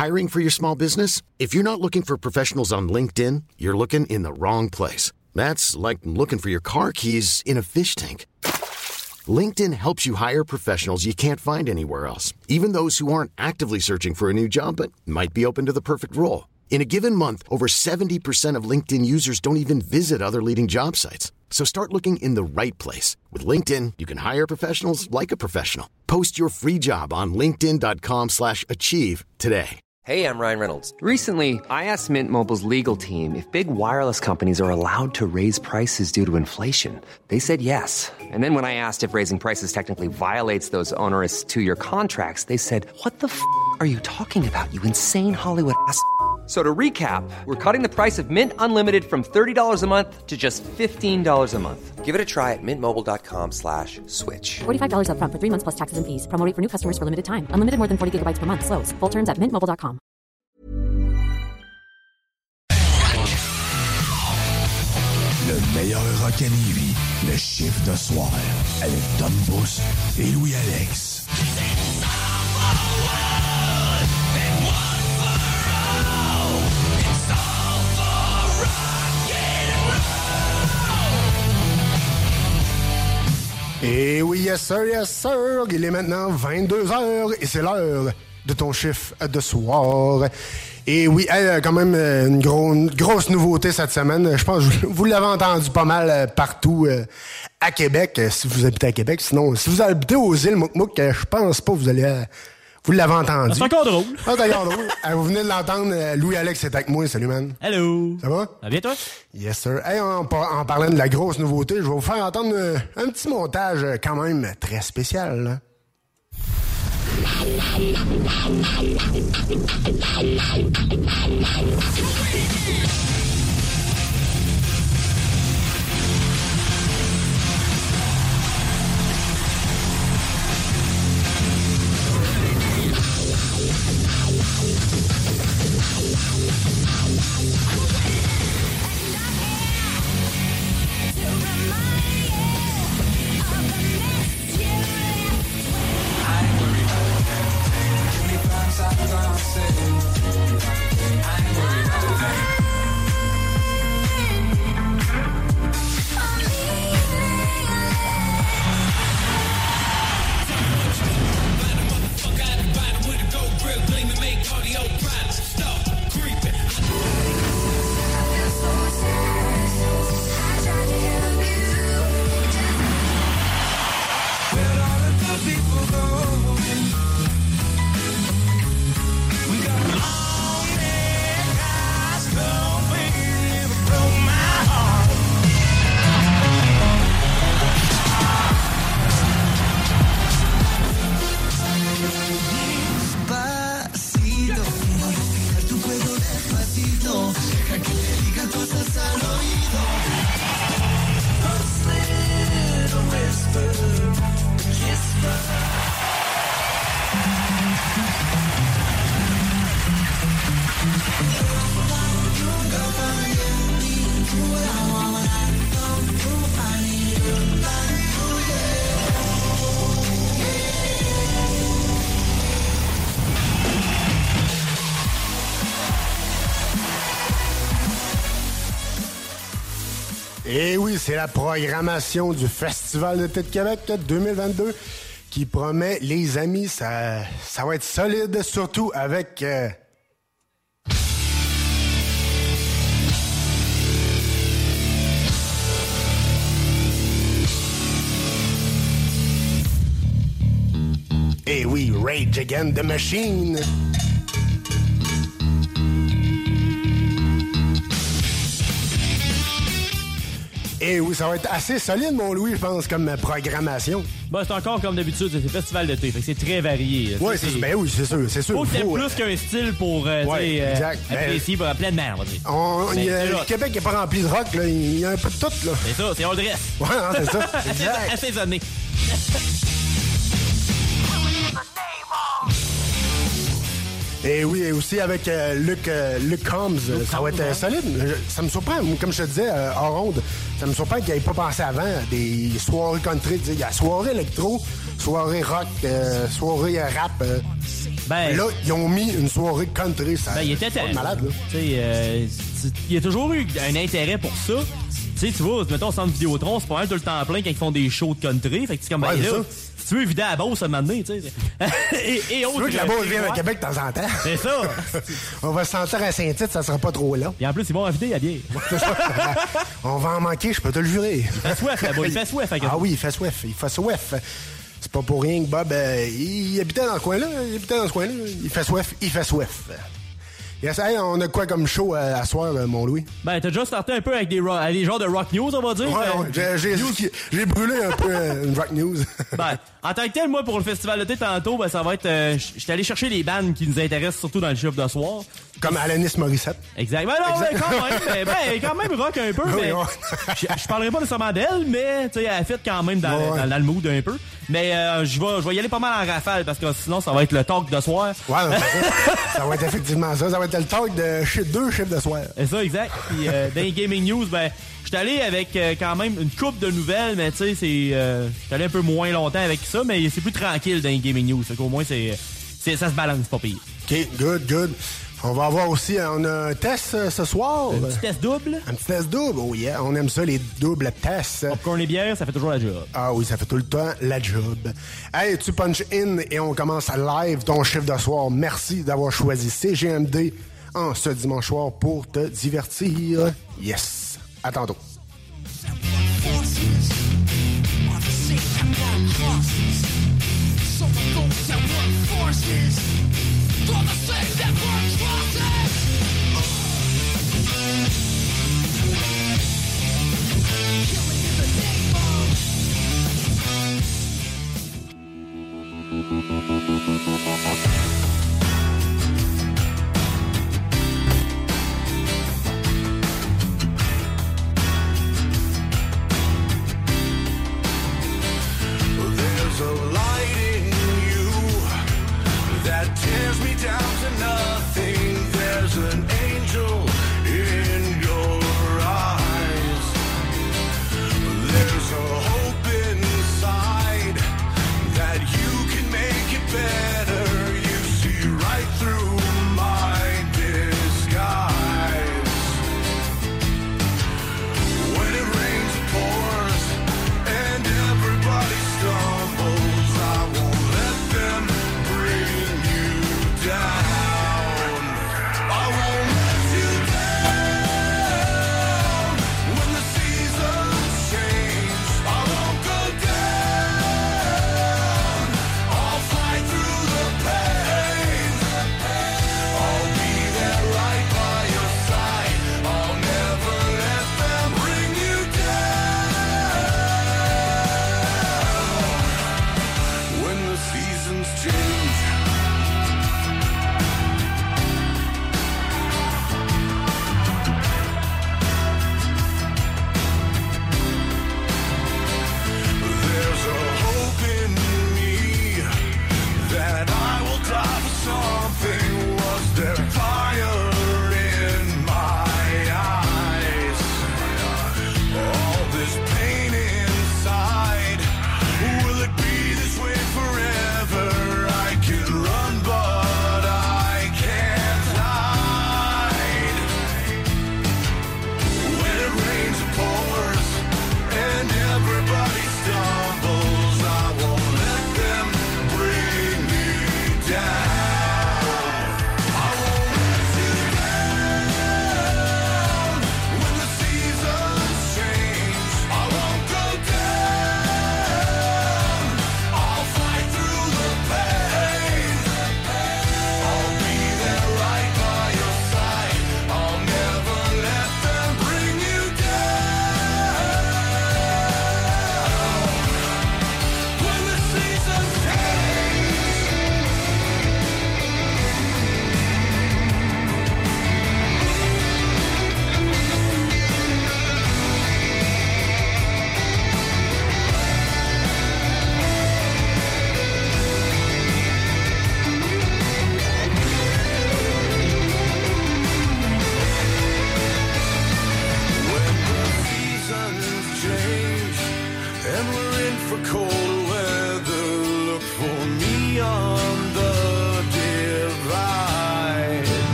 Hiring for your small business? If you're not looking for professionals on LinkedIn, you're looking in the wrong place. That's like looking for your car keys in a fish tank. LinkedIn helps you hire professionals you can't find anywhere else, even those who aren't actively searching for a new job but might be open to the perfect role. In a given month, over 70% of LinkedIn users don't even visit other leading job sites. So start looking in the right place. With LinkedIn, you can hire professionals like a professional. Post your free job on linkedin.com/achieve today. Hey, I'm Ryan Reynolds. Recently, I asked Mint Mobile's legal team if big wireless companies are allowed to raise prices due to inflation. They said yes. And then when I asked if raising prices technically violates those onerous two-year contracts, they said, "What the f*** are you talking about, you insane Hollywood ass f-?" So to recap, we're cutting the price of Mint Unlimited from $30 a month to just $15 a month. Give it a try at mintmobile.com/switch. $45 up front for 3 months plus taxes and fees. Promo rate for new customers for limited time. Unlimited more than 40 gigabytes per month. Slows full terms at mintmobile.com. Le meilleur rock à Lévis, le chiffre de soir, avec Tom Pousse et Louis-Alex. Et oui, yes sir, yes sir. Il est maintenant 22h et c'est l'heure de ton chiffre de soir. Et oui, quand même une grosse nouveauté cette semaine. Je pense que vous l'avez entendu pas mal partout à Québec, si vous habitez à Québec. Sinon, si vous habitez aux îles Mouk-Mouk, je pense pas que vous l'avez entendu. C'est encore drôle. Ah, c'est encore drôle. Vous venez de l'entendre. Louis-Alex est avec moi. Salut, man. Hello. Ça va? Ça va bien, toi? Yes, sir. Hey, en parlant de la grosse nouveauté, je vais vous faire entendre un petit montage quand même très spécial, là. Et oui, c'est la programmation du Festival d'été de Québec 2022 qui promet, les amis, ça va être solide, surtout avec... Et oui, Rage Against the Machine. Et oui, ça va être assez solide, mon Louis, je pense, comme programmation. Bah, c'est encore comme d'habitude, c'est festival d'été, fait que c'est très varié. Ouais, ben oui, c'est sûr, c'est sûr. Faut que t'aies plus qu'un style pour apprécier pleinement, on va dire. Québec n'est pas rempli de rock, là. Il y a un peu de tout, là. C'est ça, c'est on dress. Ouais, non, c'est ça. Exact. Assaisonné. Et oui, et aussi avec Luke Combs, ça va être solide. Ça me surprend, comme je te disais, hors ronde, ça me surprend qu'il n'ait pas pensé avant à des soirées country. Il y a soirée électro, soirée rock, soirée rap. Ben, là, ils ont mis une soirée country. Ça, il était malade, là. Il y a toujours eu un intérêt pour ça. Tu vois, mettons, au centre Vidéotron, c'est pas mal tout le temps plein quand ils font des shows de country. Fait que c'est comme, là, si tu veux vider à la Beauce à un moment donné, tu sais. et autres. Tu veux que la Beauce vienne à Québec de temps en temps? C'est ça. On va se sentir à Saint-Tite, ça sera pas trop là. Et en plus, ils vont à vider à bière. On va en manquer, je peux te le jurer. Il fait soif, la Beauce. Il fait soif. Ah oui, il fait soif. Il fait soif. C'est pas pour rien que Bob, il habitait dans ce coin-là. Il fait soif. Yes, hey, on a quoi comme show à soir, mon Louis? Ben, t'as déjà starté un peu avec des genres de rock news, on va dire. Ouais, j'ai brûlé un peu une rock news. Ben, en tant que tel, moi, pour le festival d'été tantôt, ben, ça va être... J'étais allé chercher les bandes qui nous intéressent, surtout dans le chiffre de soir. Comme Alanis Morissette. Exact. Ben non, quand même rock un peu, mais... Je parlerai pas nécessairement d'elle, mais, tu sais, elle fit quand même dans le mood un peu. Mais je vais y aller pas mal en rafale, parce que sinon, ça va être le talk de soir. Ouais, ça va être effectivement ça. Ça va être le talk de 2 chiffres de soir. C'est ça, exact. Puis dans les Gaming News, ben, je suis allé avec quand même une couple de nouvelles, mais tu sais, je suis allé un peu moins longtemps avec ça, mais c'est plus tranquille dans les Gaming News. Fait qu'au moins, ça se balance pas pire. OK, good. On va avoir aussi on a un test ce soir. Un petit test double. Un petit test double, oh yeah. On aime ça, les doubles tests. Popcorn et bière, ça fait toujours la job. Ah oui, ça fait tout le temps la job. Hey, tu punch in et on commence à live ton chiffre de soir. Merci d'avoir choisi CGMD en ce dimanche soir pour te divertir. Yes. À tantôt. There's a light in you that tears me down tonight.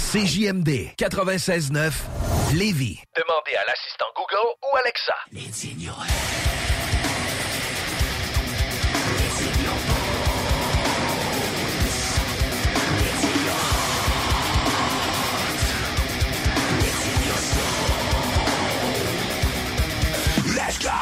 CJMD 96.9 Lévis. Demandez à l'assistant Google ou Alexa. Les ignorants. Let's go!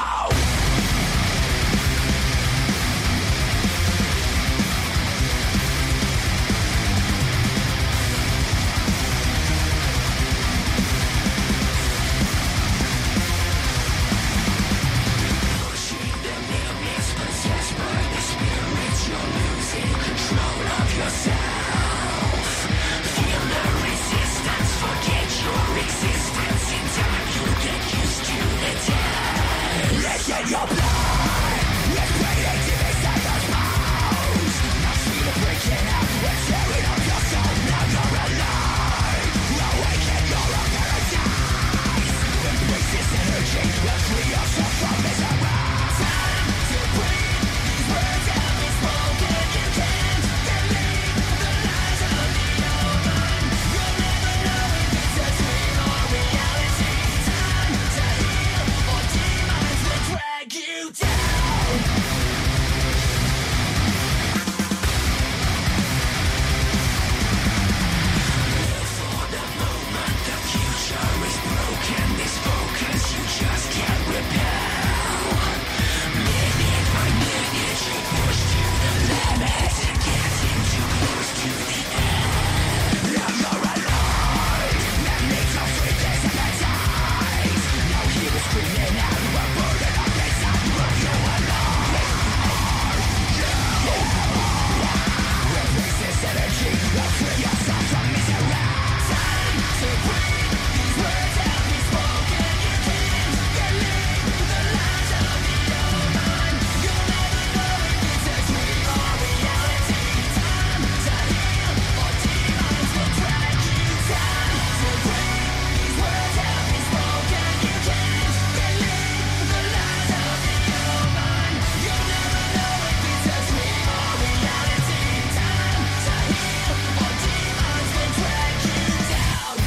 Get your blood. Let's play it till they set us loose. Now feel it breaking out. We're tearing up your soul. Now you're alive. Awaken your own paradise. Embrace this energy. We'll free yourself from misery. Time to breathe. These words have been spoken. You can't believe the lies of the old mind. You'll never know if it's a dream or reality. Time to heal or demons will drag you down. Live for the moment, the future is broken. This focus you just can't repel. Minute by minute you push to the limit, getting too close to the end. Now you're alive, that makes no free appetite. Now hear it screaming out, you are burdened up inside, but you're alive. Embrace this energy, free yourself from misery. Time to breathe, these words have been spoken. You can't believe the lies of the old mind. You'll never know if it's a dream or reality. Time to heal or demons will drag you down. To breathe, these words have been spoken. You can't believe the lies of the old mind. You'll never know if it's a dream or reality. Time to heal or demons will drag you down.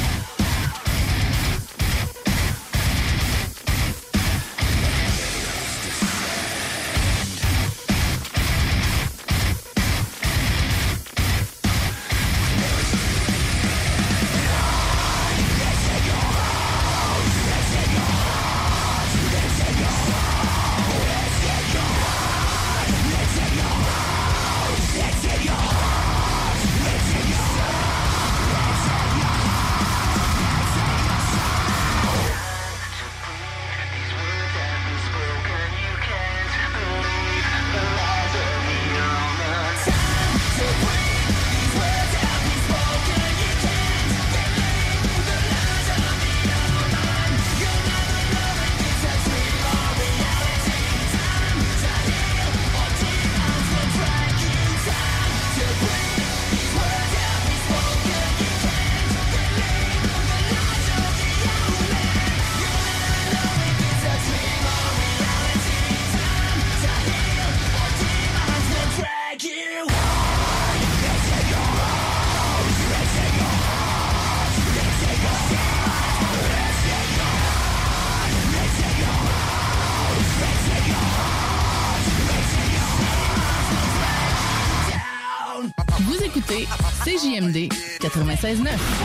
Vous écoutez CJMD 96.9.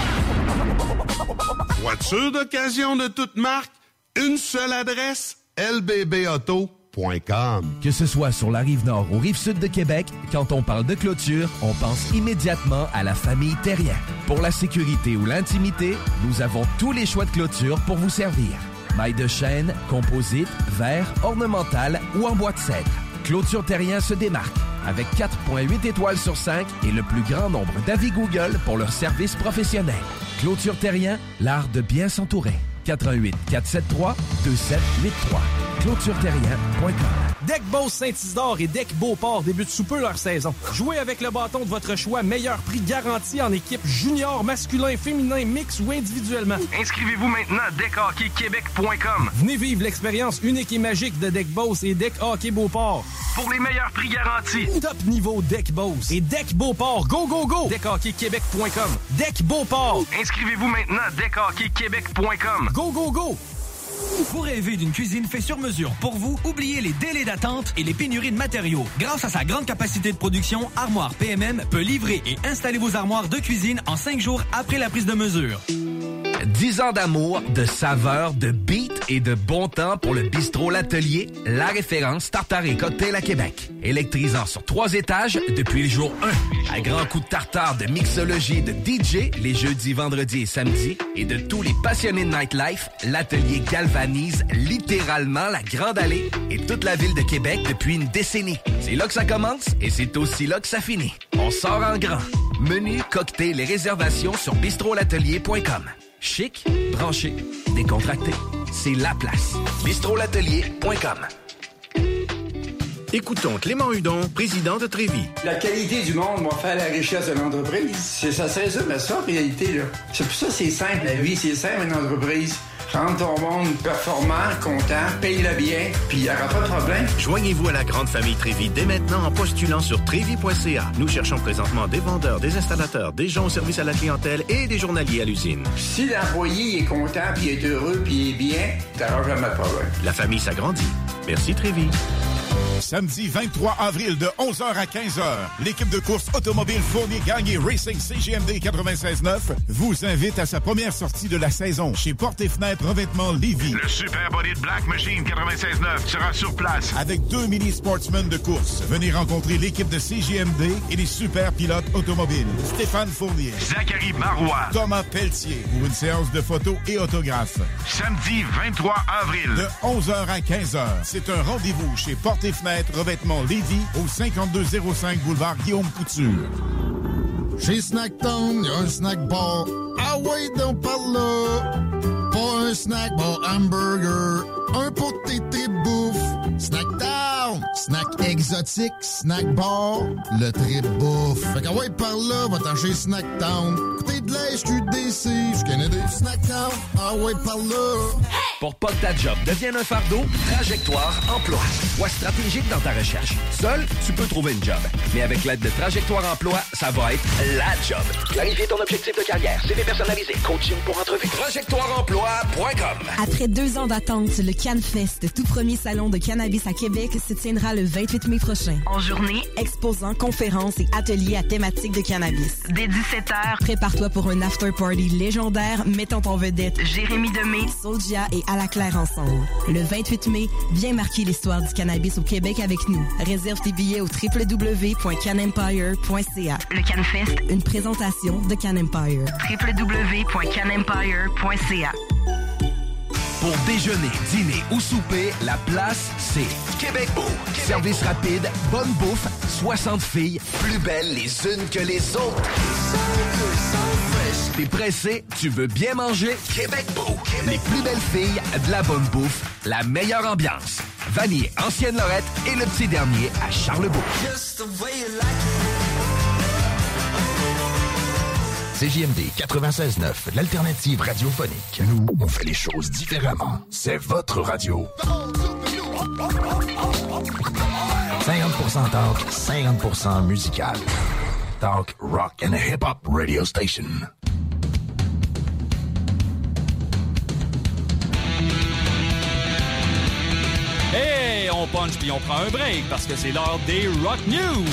Voiture d'occasion de toute marque, une seule adresse, lbbauto.com. Que ce soit sur la Rive-Nord ou Rive-Sud de Québec, quand on parle de clôture, on pense immédiatement à la famille Terrien. Pour la sécurité ou l'intimité, nous avons tous les choix de clôture pour vous servir. Mailles de chêne, composite, verre, ornemental ou en bois de cèdre. Clôture Terrien se démarque avec 4,8 étoiles sur 5 et le plus grand nombre d'avis Google pour leur service professionnel. Clôture Terrien, l'art de bien s'entourer. 88 473 2783. ClôtureTerrien.com. Deck Boss Saint-Isidore et Deck Beauport débutent sous peu leur saison. Jouez avec le bâton de votre choix, meilleur prix garanti en équipe junior, masculin, féminin, mix ou individuellement. Inscrivez-vous maintenant à deckhockeyquebec.com. Venez vivre l'expérience unique et magique de Deck Boss et Deck Hockey Beauport. Pour les meilleurs prix garantis. Top niveau Deck Boss et Deck Beauport. Go, go, go! Deckhockeyquebec.com. Deck Beauport. Inscrivez-vous maintenant à deckhockeyquebec.com. Go, go, go! Vous rêvez d'une cuisine faite sur mesure pour vous? Oubliez les délais d'attente et les pénuries de matériaux. Grâce à sa grande capacité de production, Armoire PMM peut livrer et installer vos armoires de cuisine en 5 jours après la prise de mesure. 10 ans d'amour, de saveur, de beat et de bon temps pour le bistrot L'Atelier, la référence tartare et cocktail à Québec. Électrisant sur 3 étages depuis le jour 1. À grands coups de tartare, de mixologie, de DJ, les jeudis, vendredis et samedis. Et de tous les passionnés de nightlife, L'Atelier galvanise littéralement la Grande Allée et toute la ville de Québec depuis une décennie. C'est là que ça commence et c'est aussi là que ça finit. On sort en grand. Menu, cocktail et réservations sur bistrolatelier.com. Chic, branché, décontracté. C'est la place. bistrolatelier.com. Écoutons Clément Hudon, président de Trévis. La qualité du monde va faire la richesse de l'entreprise. Ça se résume à ça, en réalité. Là. C'est pour ça que c'est simple, la vie. C'est simple, une entreprise. Rendre ton monde performant, content, paye-le bien, puis il n'y aura pas de problème. Joignez-vous à la grande famille Trévis dès maintenant en postulant sur trévis.ca. Nous cherchons présentement des vendeurs, des installateurs, des gens au service à la clientèle et des journaliers à l'usine. Si l'employé est content, puis est heureux, puis est bien, t'auras jamais de problème. La famille s'agrandit. Merci Trévis. Samedi 23 avril de 11h à 15h, l'équipe de course automobile Fournier-Gagné Racing CGMD 96.9 vous invite à sa première sortie de la saison chez Portes et Fenêtres Revêtement Lévis. Le Super Body de Black Machine 96.9 sera sur place. Avec 2 mini-sportsmen de course, venez rencontrer l'équipe de CGMD et les super pilotes automobiles. Stéphane Fournier, Zachary Marois, Thomas Pelletier pour une séance de photos et autographes. Samedi 23 avril. De 11h à 15h, c'est un rendez-vous chez Portes et Fenêtres Revêtement Lévis au 5205 boulevard Guillaume Couture. Chez Snacktown, il y a un snack bar. Ah ouais, donc par là. Pas un snack bar hamburger. Un pour tes tripes bouffe. Snacktown, snack exotique, snack bar, le trip bouffe. Fait qu'à ouais, par là, va-t'en chez Snacktown. Côté de la SQDC, je connais des Snacktown. Ah ouais, par là. Pour pas que ta job devienne un fardeau, Trajectoire Emploi. Sois stratégique dans ta recherche. Seul, tu peux trouver une job. Mais avec l'aide de Trajectoire Emploi, ça va être la job. Clarifier ton objectif de carrière, CV personnalisé, coaching pour entrevue. TrajectoireEmploi.com. Après 2 ans d'attente, le CanFest, tout premier salon de cannabis à Québec, se tiendra le 28 mai prochain. En journée, exposants, conférences et ateliers à thématique de cannabis. Dès 17h, prépare-toi pour un after-party légendaire mettant en vedette Jérémy Demé, Soulja et À la Claire ensemble. Le 28 mai, viens marquer l'histoire du cannabis au Québec avec nous. Réserve tes billets au www.canempire.ca. Le CanFest, une présentation de Can Empire. www.canempire.ca. Pour déjeuner, dîner ou souper, la place, c'est Québec Beau. Service rapide, bonne bouffe, 60 filles, plus belles les unes que les autres. T'es pressé, tu veux bien manger? Québec Beau. Les plus belles filles, de la bonne bouffe, la meilleure ambiance. Vanier, Ancienne Lorette et le petit dernier à Charlebourg. CJMD 96.9, l'alternative radiophonique. Nous, on fait les choses différemment. C'est votre radio. 50% talk, 50% musical. Talk, rock and hip-hop radio station. Hey, on punch puis on prend un break parce que c'est l'heure des Rock News.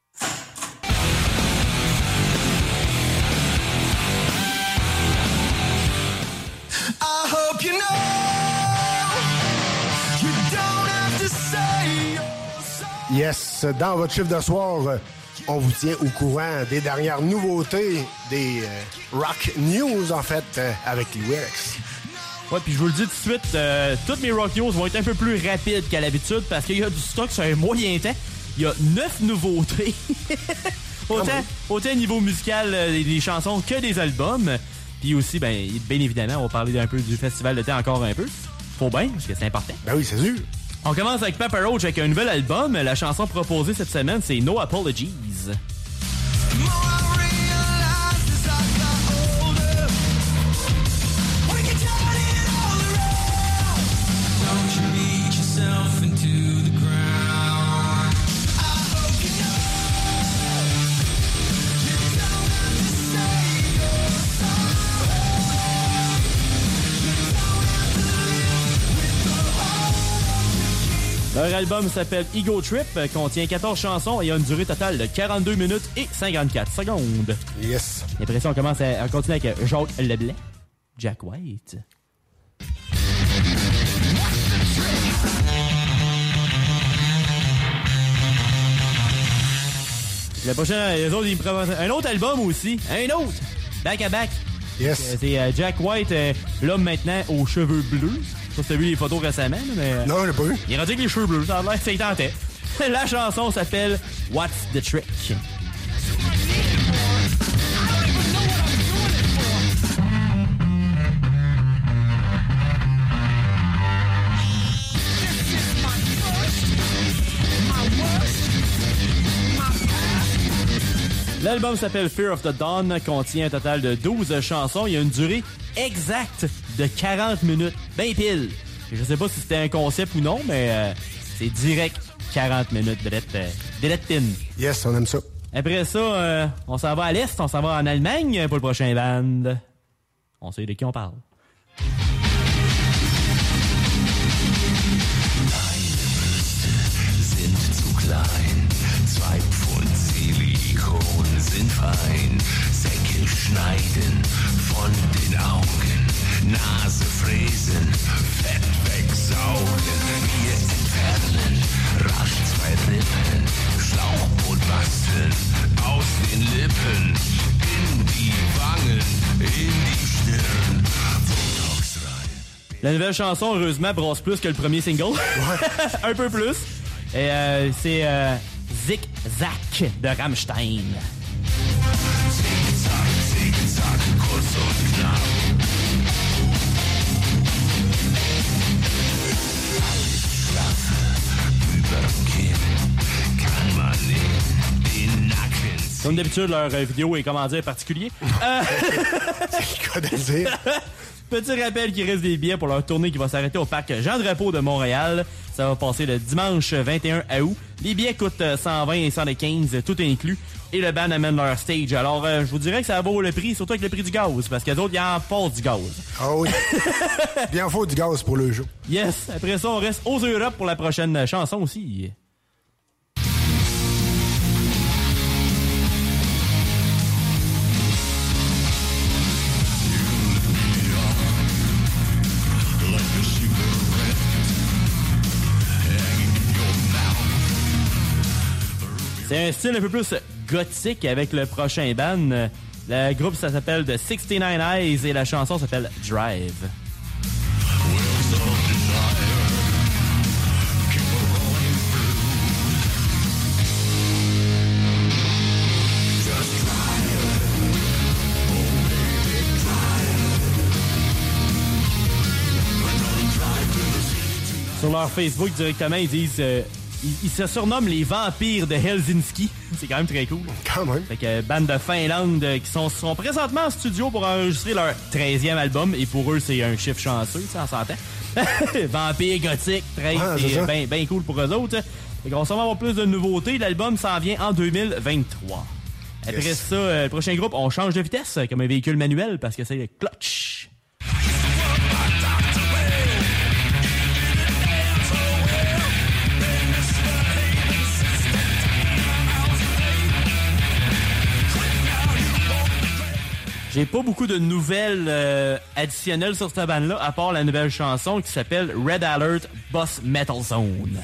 Yes, dans votre chiffre de soir, on vous tient au courant des dernières nouveautés, des Rock News, en fait, avec les Lyrics. Ouais, puis je vous le dis tout de suite, toutes mes Rock News vont être un peu plus rapides qu'à l'habitude parce qu'il y a du stock sur un moyen temps. Il y a 9 nouveautés. autant niveau musical, des chansons que des albums. Puis aussi, bien évidemment, on va parler un peu du Festival de thé encore un peu. Faut bien, parce que c'est important. Ben oui, c'est sûr. On commence avec Papa Roach avec un nouvel album. La chanson proposée cette semaine, c'est No Apologies. Leur album s'appelle Ego Trip, contient 14 chansons et a une durée totale de 42 minutes et 54 secondes. Yes. Et après ça, on commence à continuer avec Jacques Leblanc, Jack White. Le prochain, les autres, ils me présentent un autre album aussi. Un autre! Back à back. Yes. C'est Jack White, l'homme maintenant aux cheveux bleus. Je sais pas si t'as vu les photos récemment, mais... Non, je l'ai pas vu. Il est rendu avec les cheveux bleus, ça a l'air que c'est tentait. La chanson s'appelle What's the Trick? L'album s'appelle Fear of the Dawn, contient un total de 12 chansons. Il y a une durée exacte de 40 minutes. Ben pile. Je sais pas si c'était un concept ou non, mais c'est direct 40 minutes de pin. Yes, on aime ça. Après ça, on s'en va à l'Est, on s'en va en Allemagne pour le prochain band. On sait de qui on parle. Sind fein, Säcke schneiden von den Augen, Nase fräsen, Fett wegsaugen, wir entfernen, rasch 2 Rippen, Schlauchboot basteln, aus den Lippen, in die Wangen, in die Stirn, Botox rein. La nouvelle chanson, heureusement, brasse plus que le premier single. Un peu plus. Et c'est Zick Zack de Rammstein. Kurz und knapp. Schlaffe überm Kinn, kann man in den Nacken. Comme d'habitude, leur vidéo est, comment dire, particulier. C'est quoi de dire? Petit rappel qu'il reste des billets pour leur tournée qui va s'arrêter au parc Jean-Drapeau de Montréal. Ça va passer le dimanche 21 août. Les billets coûtent 120 et 115, tout inclus. Et le band amène leur stage. Alors, je vous dirais que ça vaut le prix, surtout avec le prix du gaz, parce que les autres, ils en passent du gaz. Ah oui. Bien faut du gaz pour le jeu. Yes. Après ça, on reste aux Europes pour la prochaine chanson aussi. C'est un style un peu plus gothique avec le prochain band. Le groupe, ça s'appelle The 69 Eyes et la chanson s'appelle Drive. Sur leur Facebook directement, ils disent... Ils se surnomment les vampires de Helsinki. C'est quand même très cool. Quand même. Fait que bande de Finlande qui sont présentement en studio pour enregistrer leur 13e album. Et pour eux, c'est un chiffre chanceux, ça, on s'entend. Vampire gothique, 13, c'est bien cool pour eux autres. Fait qu'on va avoir plus de nouveautés. L'album s'en vient en 2023. Après ça, le prochain groupe, on change de vitesse comme un véhicule manuel parce que c'est le clutch. J'ai pas beaucoup de nouvelles additionnelles sur cette bande-là, à part la nouvelle chanson qui s'appelle Red Alert Boss Metal Zone.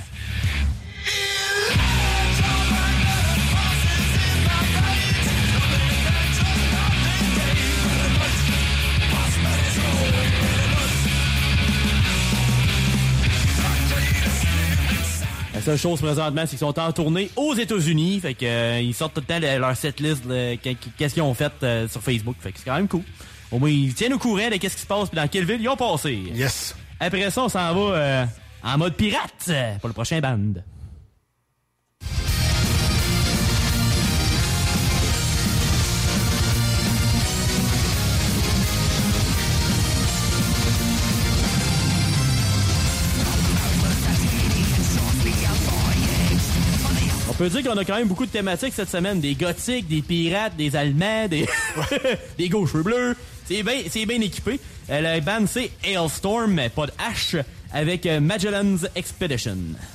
La seule chose présentement, c'est qu'ils sont en tournée aux États-Unis. Fait que ils sortent tout le temps leur setlist, qu'est-ce qu'ils ont fait sur Facebook. Fait que c'est quand même cool. Au moins, ils tiennent au courant de qu'est-ce qui se passe et dans quelle ville ils ont passé. Yes. Après ça, on s'en va en mode pirate pour le prochain band. On peut dire qu'on a quand même beaucoup de thématiques cette semaine. Des gothiques, des pirates, des allemands, des des gars aux cheveux bleus. C'est bien équipé. La band, c'est Hailstorm, mais pas de H, avec Magellan's Expedition.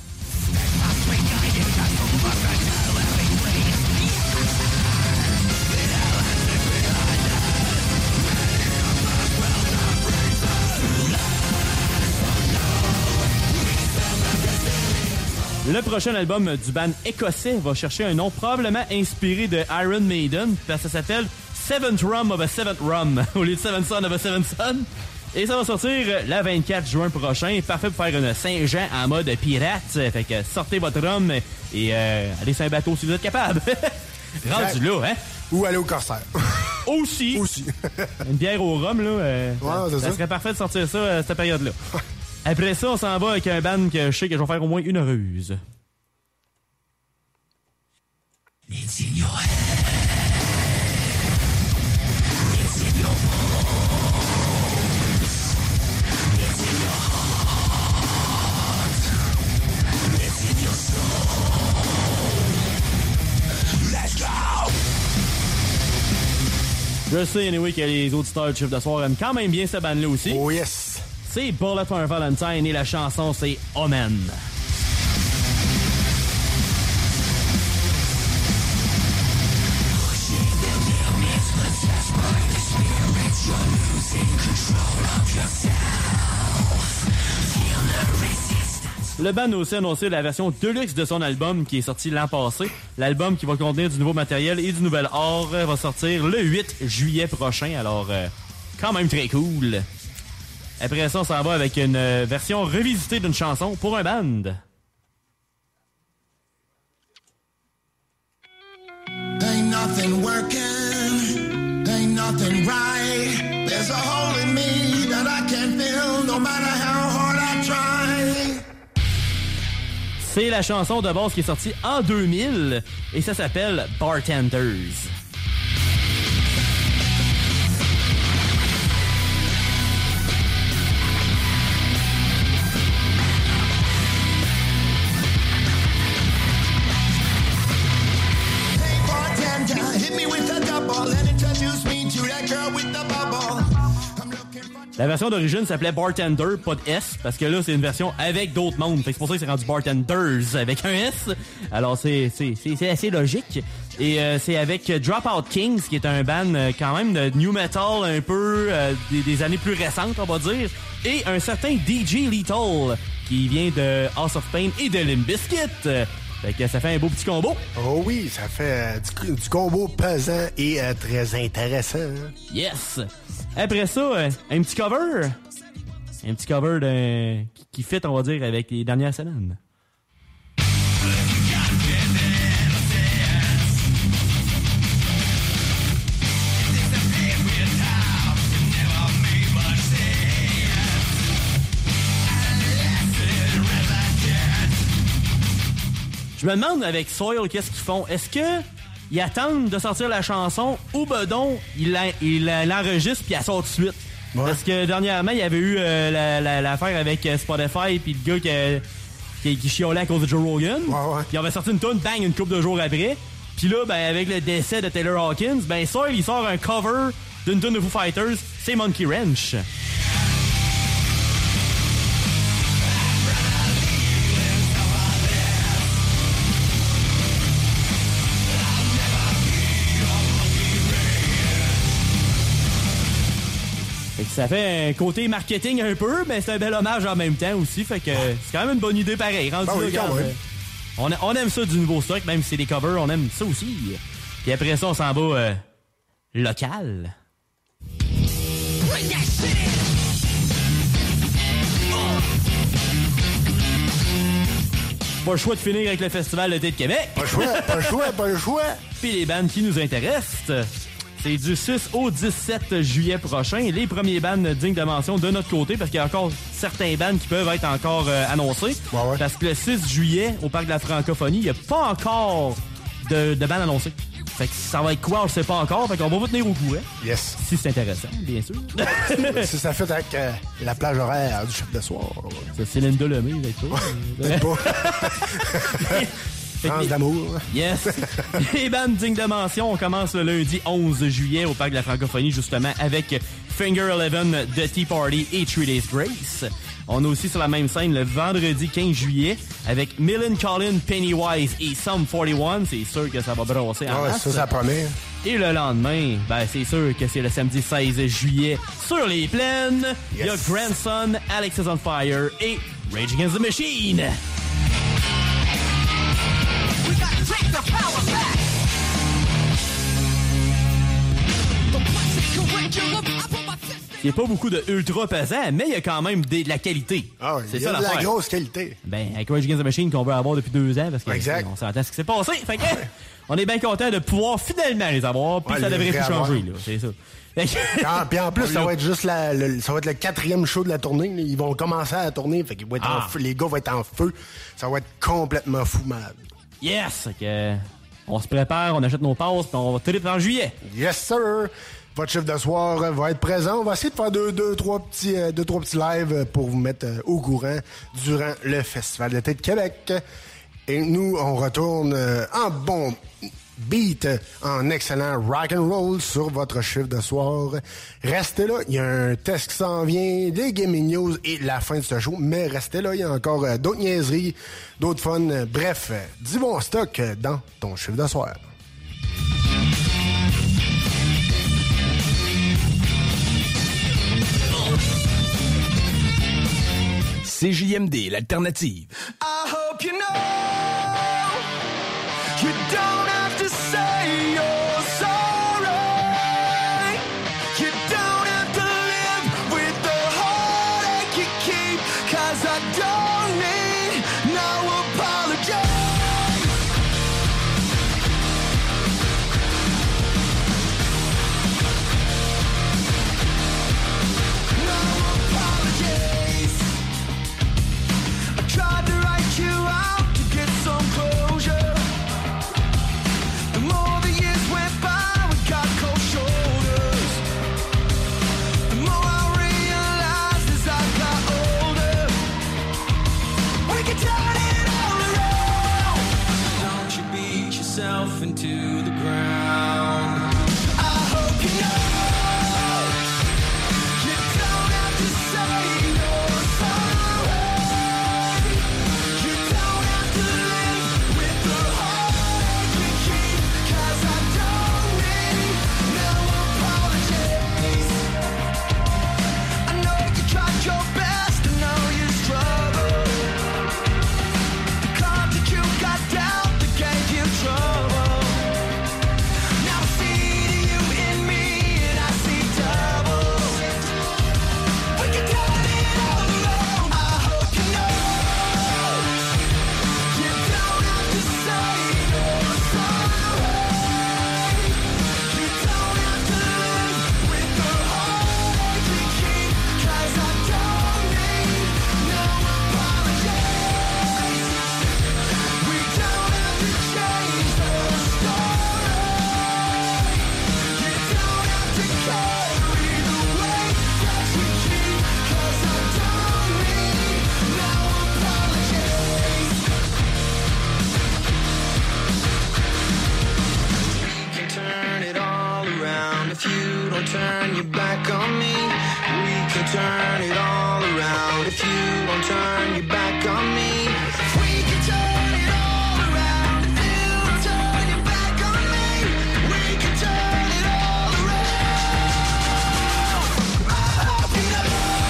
Le prochain album du band écossais va chercher un nom probablement inspiré de Iron Maiden, parce que ça s'appelle Seventh Rum of a Seventh Rum, au lieu de Seventh Son of a Seventh Son. Et ça va sortir le 24 juin prochain, parfait pour faire une Saint-Jean en mode pirate. Fait que sortez votre rhum et allez sur un bateau si vous êtes capable. Rendu là, hein? Ou aller au Corsaire. Aussi. Une bière au rhum, là, ça serait parfait de sortir ça à cette période-là. Après ça, on s'en va avec un band que je sais que je vais faire au moins une ruse. It's in your head. It's in your bones. It's in your heart. It's in your soul. Let's go! Je sais, anyway, que les auditeurs de Chiffre de Soir aiment quand même bien cette band-là aussi. Oh yes! C'est Bullet for a Valentine et la chanson, c'est Omen. Le band a aussi annoncé la version deluxe de son album qui est sorti l'an passé. L'album qui va contenir du nouveau matériel et du nouvel art va sortir le 8 juillet prochain. Alors, quand même très cool. Après ça, on s'en va avec une version revisitée d'une chanson pour un band. Ain't nothing working, ain't nothing right. There's a hole in me that I can't fill no matter how hard I try. C'est la chanson de base qui est sortie en 2000 et ça s'appelle Bartenders. La version d'origine s'appelait Bartender, pas de S, parce que là, c'est une version avec d'autres mondes. Fait que c'est pour ça que c'est rendu Bartenders avec un S. Alors, c'est assez logique. Et c'est avec Dropout Kings, qui est un band quand même de new metal un peu des années plus récentes, on va dire. Et un certain DJ Lethal, qui vient de House of Pain et de Limp Bizkit. Fait que ça fait un beau petit combo. Oh oui, ça fait du combo pesant et très intéressant. Hein? Yes! Après ça, un petit cover. Un petit cover qui fit, on va dire, avec les dernières semaines. Je me demande avec Soil, qu'est-ce qu'ils font? Est-ce que ils attendent de sortir la chanson ou ben donc ils l'enregistrent puis elle sort tout de suite? Ouais. Parce que dernièrement, il y avait eu l'affaire avec Spotify puis le gars qui chiolait à cause de Joe Rogan. Ouais. Puis on avait sorti une tune, bang, une couple de jours après. Puis là, ben avec le décès de Taylor Hawkins, ben Soil, il sort un cover d'une tune de Foo Fighters, c'est Monkey Wrench. Fait que ça fait un côté marketing un peu, mais c'est un bel hommage en même temps aussi. Fait que c'est quand même une bonne idée pareil. Rendu oui, là, on aime ça du nouveau stock, même si c'est des covers, on aime ça aussi. Puis après ça, on s'en va local. Pas le choix de finir avec le Festival d'été de Québec. Pas le choix. Puis les bandes qui nous intéressent. C'est du 6 au 17 juillet prochain. Les premiers bands dignes de mention de notre côté, parce qu'il y a encore certains bands qui peuvent être encore annoncés. Ouais. Parce que le 6 juillet, au Parc de la Francophonie, il n'y a pas encore de bands annoncés. Fait que ça va être quoi, on le sait pas encore. Fait qu'on va vous tenir au courant. Yes. Si c'est intéressant, bien sûr. Si ça fait avec la plage horaire du chef de soir. C'est Céline Delemay, avec toi. Peut-être pas. France d'amour. Yes. Les bandes dignes de mention, on commence le lundi 11 juillet au Parc de la Francophonie, justement, avec Finger Eleven, The Tea Party et 3 Days Grace. On a aussi sur la même scène le vendredi 15 juillet avec Millencolin, Pennywise et Sum 41. C'est sûr que ça va brasser en masse. Ça promet. Et le lendemain, c'est sûr que c'est le samedi 16 juillet sur les plaines. Yes. Il y a Grandson, Alex is on Fire et Rage Against the Machine. Il n'y a pas beaucoup de ultra pesant, mais il y a quand même de la qualité. Ah oui, c'est il y a ça de l'affaire. la grosse qualité. Avec Rage Against the Machine qu'on veut avoir depuis 2 ans, parce qu'on s'entend ce qui s'est passé. Fait que, on est bien content de pouvoir finalement les avoir, puis ça devrait tout changer, là. C'est ça. Puis en plus, ça va être juste ça va être le 4e show de la tournée. Là. Ils vont commencer à tourner, fait qu'ils vont être en feu, les gars vont être en feu. Ça va être complètement fou malade. Yes! On se prépare, on achète nos passes, puis on va tripper en juillet. Yes, sir! Votre chiffre de soir va être présent. On va essayer de faire deux, trois petits lives pour vous mettre au courant durant le Festival d'été de Québec. Et nous, on retourne en bon beat, en excellent rock and roll sur votre chiffre de soir. Restez là, il y a un test qui s'en vient, des gaming news et la fin de ce show. Mais restez là, il y a encore d'autres niaiseries, d'autres fun. Bref, du bon stock dans ton chiffre de soir. CJMD, l'alternative. I hope you know you don't have to say you're sorry. You don't have to live with the heartache you keep, 'cause I don't need no apology. Tried to write you out to get some closure. The more the years went by, we got cold shoulders. The more I realized as I got older, we can turn it all around. Don't you beat yourself into the ground. I hope you know you don't have to say you're sorry. Your best, I know you struggle. The card that you got dealt that gave you trouble. Now I see you in me and I see double. We can turn it all around. I hope you know you don't have to say you're sorry. You don't have to live with the heartache you keep, 'cause I don't need no apologies. We don't have to change the story. You don't have to carry the weight that we keep, 'cause I don't need no apologies. We can turn it all around if you don't turn your back on me. We can turn it all around if you don't turn your back on me. We can turn it all around if you don't turn your back on me. We can turn it all around. I hope you know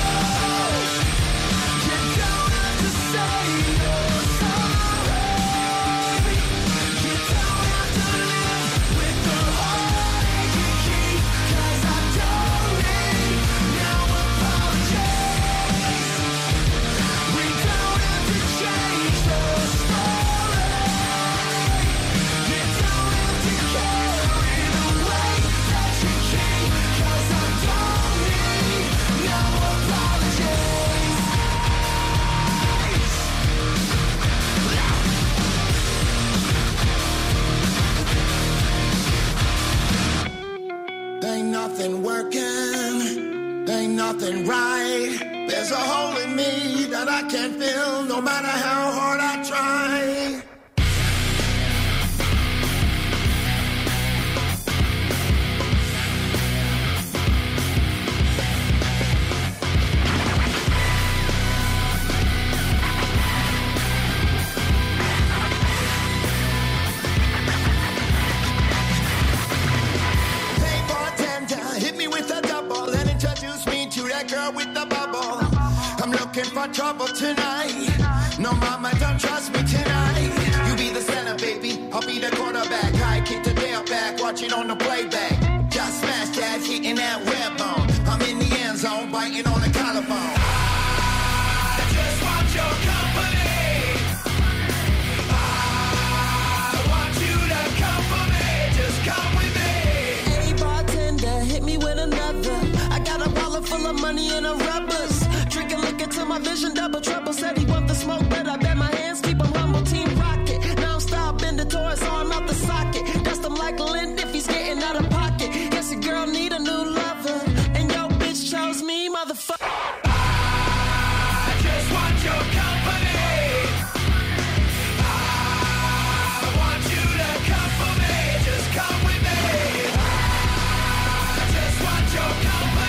you don't have to say you're sorry. You don't have to live with the heartache you keep, 'cause I don't need no apologies. We don't have to nothing working, ain't nothing right. There's a hole in me that I can't fill, no matter how hard I try. Girl with the bubble, I'm looking for trouble tonight. No, mama, don't trust me tonight. You be the center, baby, I'll be the quarterback. I kick the tailback, watch it on the playback. Just smash that, hitting that web bone. I'm in the end zone, biting on the collarbone. I just want your company. I want you to come for me. Just come with me. Hey, bartender, hit me with another. I got a wallet full of money and a rubbers. Drinking liquor till my vision double trouble. Said he want the smoke, but I bet my hands keep him humble. Team Rocket, non-stop in the Taurus, arm out the socket. Dust him like lint if he's getting out of pocket. Guess a girl need a new lover, and your bitch chose me, motherfucker. I just want your company. I want you to come for me. Just come with me. I just want your company.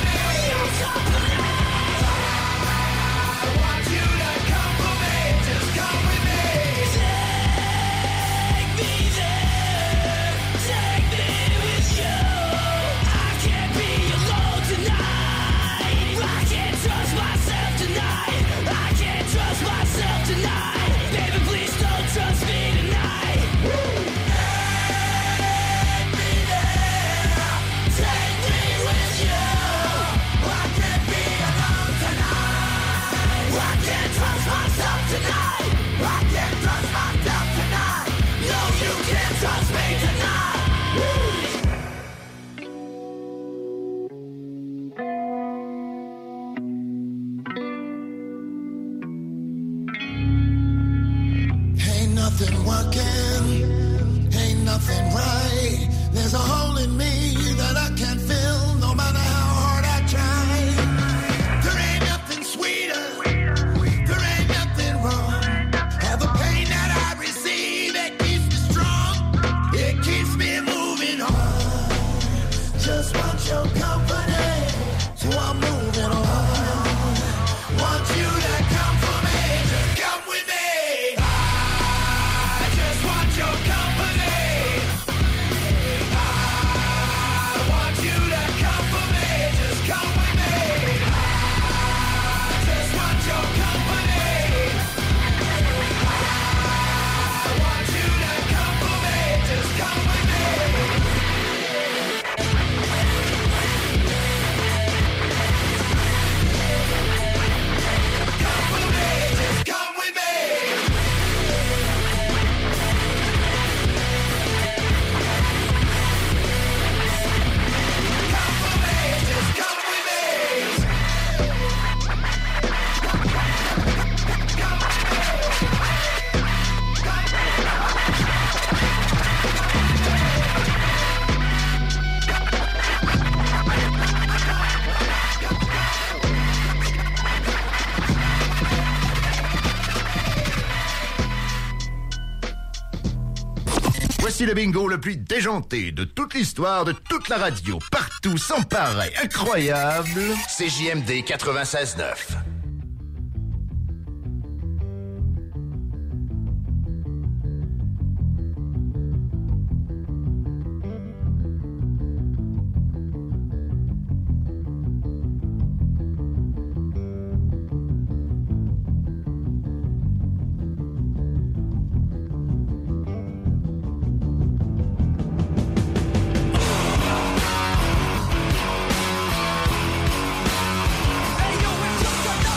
Nothing working, ain't nothing right. There's a hole in me that I can't fill, no matter how hard I try. There ain't nothing sweeter, there ain't nothing wrong. All the pain that I receive, it keeps me strong. It keeps me moving on. Just want your company, so I'm moving on. Want you to come for me, just come with me. Your company. I want you to come for me. Just come with me. I just want your company. I want you to come for me. Just come with me. Come for me. Just come with me. Voici le bingo le plus déjanté de toute l'histoire, de toute la radio, partout, sans pareil, incroyable. CJMD 96.9. Hey, yo,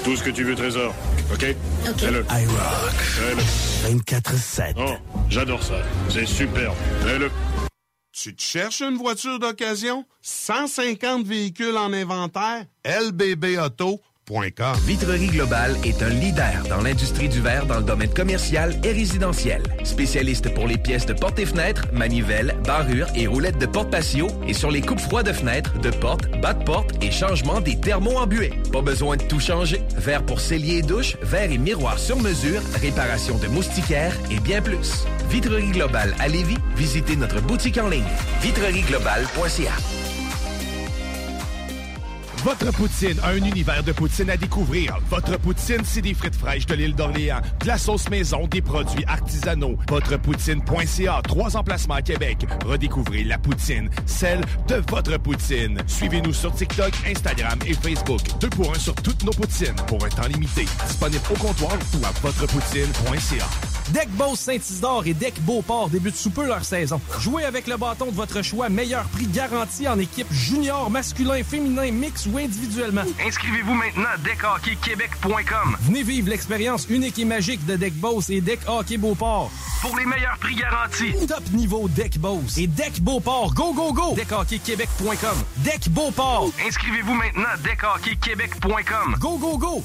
Tout ce que tu veux, Trésor. OK? OK. Fais-le. I rock. Fais-le. 24/7. Oh, j'adore ça. C'est superbe. Fais-le. Tu te cherches une voiture d'occasion? 150 véhicules en inventaire? LBBauto.com. Vitrerie Globale est un leader dans l'industrie du verre dans le domaine commercial et résidentiel. Spécialiste pour les pièces de portes et fenêtres, manivelles, barrures et roulettes de porte patio et sur les coupes froides de fenêtres, de portes, bas de porte et changement des thermos embués. Pas besoin de tout changer. Verre pour cellier et douche, verre et miroir sur mesure, réparation de moustiquaires et bien plus. Vitrerie Globale à Lévis, visitez notre boutique en ligne. vitrerieglobale.ca. Votre poutine, un univers de poutine à découvrir. Votre poutine, c'est des frites fraîches de l'île d'Orléans, de la sauce maison, des produits artisanaux. Votrepoutine.ca, 3 emplacements à Québec. Redécouvrez la poutine, celle de votre poutine. Suivez-nous sur TikTok, Instagram et Facebook. 2 pour 1 sur toutes nos poutines, pour un temps limité. Disponible au comptoir ou à votrepoutine.ca. Deck Boss Saint-Isidore et Deck Beauport débutent sous peu leur saison. Jouez avec le bâton de votre choix, meilleur prix garanti en équipe junior, masculin, féminin, mix ou individuellement. Inscrivez-vous maintenant à deckhockeyquebec.com. Venez vivre l'expérience unique et magique de Deck Boss et Deck Hockey Beauport. Pour les meilleurs prix garantis. Top niveau Deck Boss et Deck Beauport. Go, go, go! deckhockeyquebec.com. Deck Beauport. Inscrivez-vous maintenant à deckhockeyquebec.com. Go, go, go!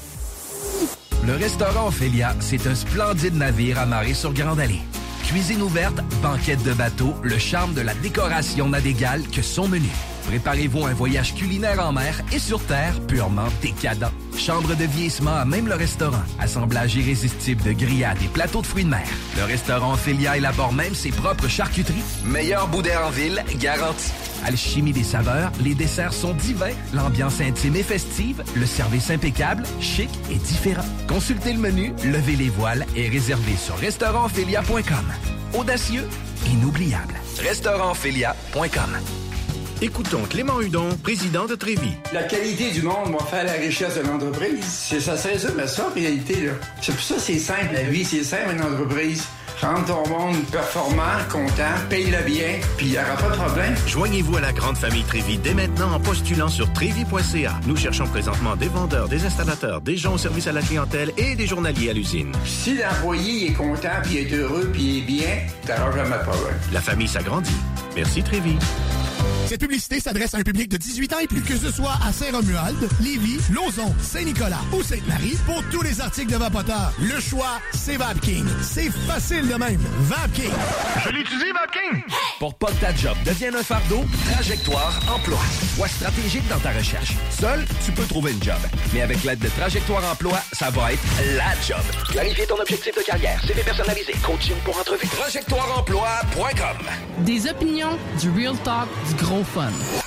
Le restaurant Ophélia, c'est un splendide navire amarré sur Grande Allée. Cuisine ouverte, banquette de bateau, le charme de la décoration n'a d'égal que son menu. Préparez-vous un voyage culinaire en mer et sur terre purement décadent. Chambre de vieillissement à même le restaurant. Assemblage irrésistible de grillades et plateaux de fruits de mer. Le restaurant Ophélia élabore même ses propres charcuteries. Meilleur boudin en ville, garanti. Alchimie des saveurs, les desserts sont divins, l'ambiance intime et festive, le service impeccable, chic et différent. Consultez le menu, levez les voiles et réservez sur restaurantophélia.com. Audacieux, inoubliable. restaurantophélia.com. Écoutons Clément Hudon, président de Trévis. La qualité du monde va faire la richesse de l'entreprise. Ça se résume à ça, en réalité, là. C'est pour ça que c'est simple, la vie, c'est simple, une entreprise. Rendre ton monde performant, content, paye-le bien, puis il n'y aura pas de problème. Joignez-vous à la grande famille Trévis dès maintenant en postulant sur trévis.ca. Nous cherchons présentement des vendeurs, des installateurs, des gens au service à la clientèle et des journaliers à l'usine. Si l'employé est content, puis est heureux, puis est bien, t'auras jamais de problème. La famille s'agrandit. Merci Trévis. Cette publicité s'adresse à un public de 18 ans et plus. Que ce soit à Saint-Romuald, Lévis, Lauson, Saint-Nicolas ou Sainte-Marie, pour tous les articles de Vapoteur, le choix, c'est VapKing. C'est facile de même. VapKing. Je l'utilise, VapKing! Pour pas que ta job devienne un fardeau, Trajectoire Emploi. Sois stratégique dans ta recherche. Seul, tu peux trouver une job. Mais avec l'aide de Trajectoire Emploi, ça va être la job. Clarifier ton objectif de carrière, CV personnalisé, coaching pour entrevue. TrajectoireEmploi.com. Des opinions, du real talk, du gros fun.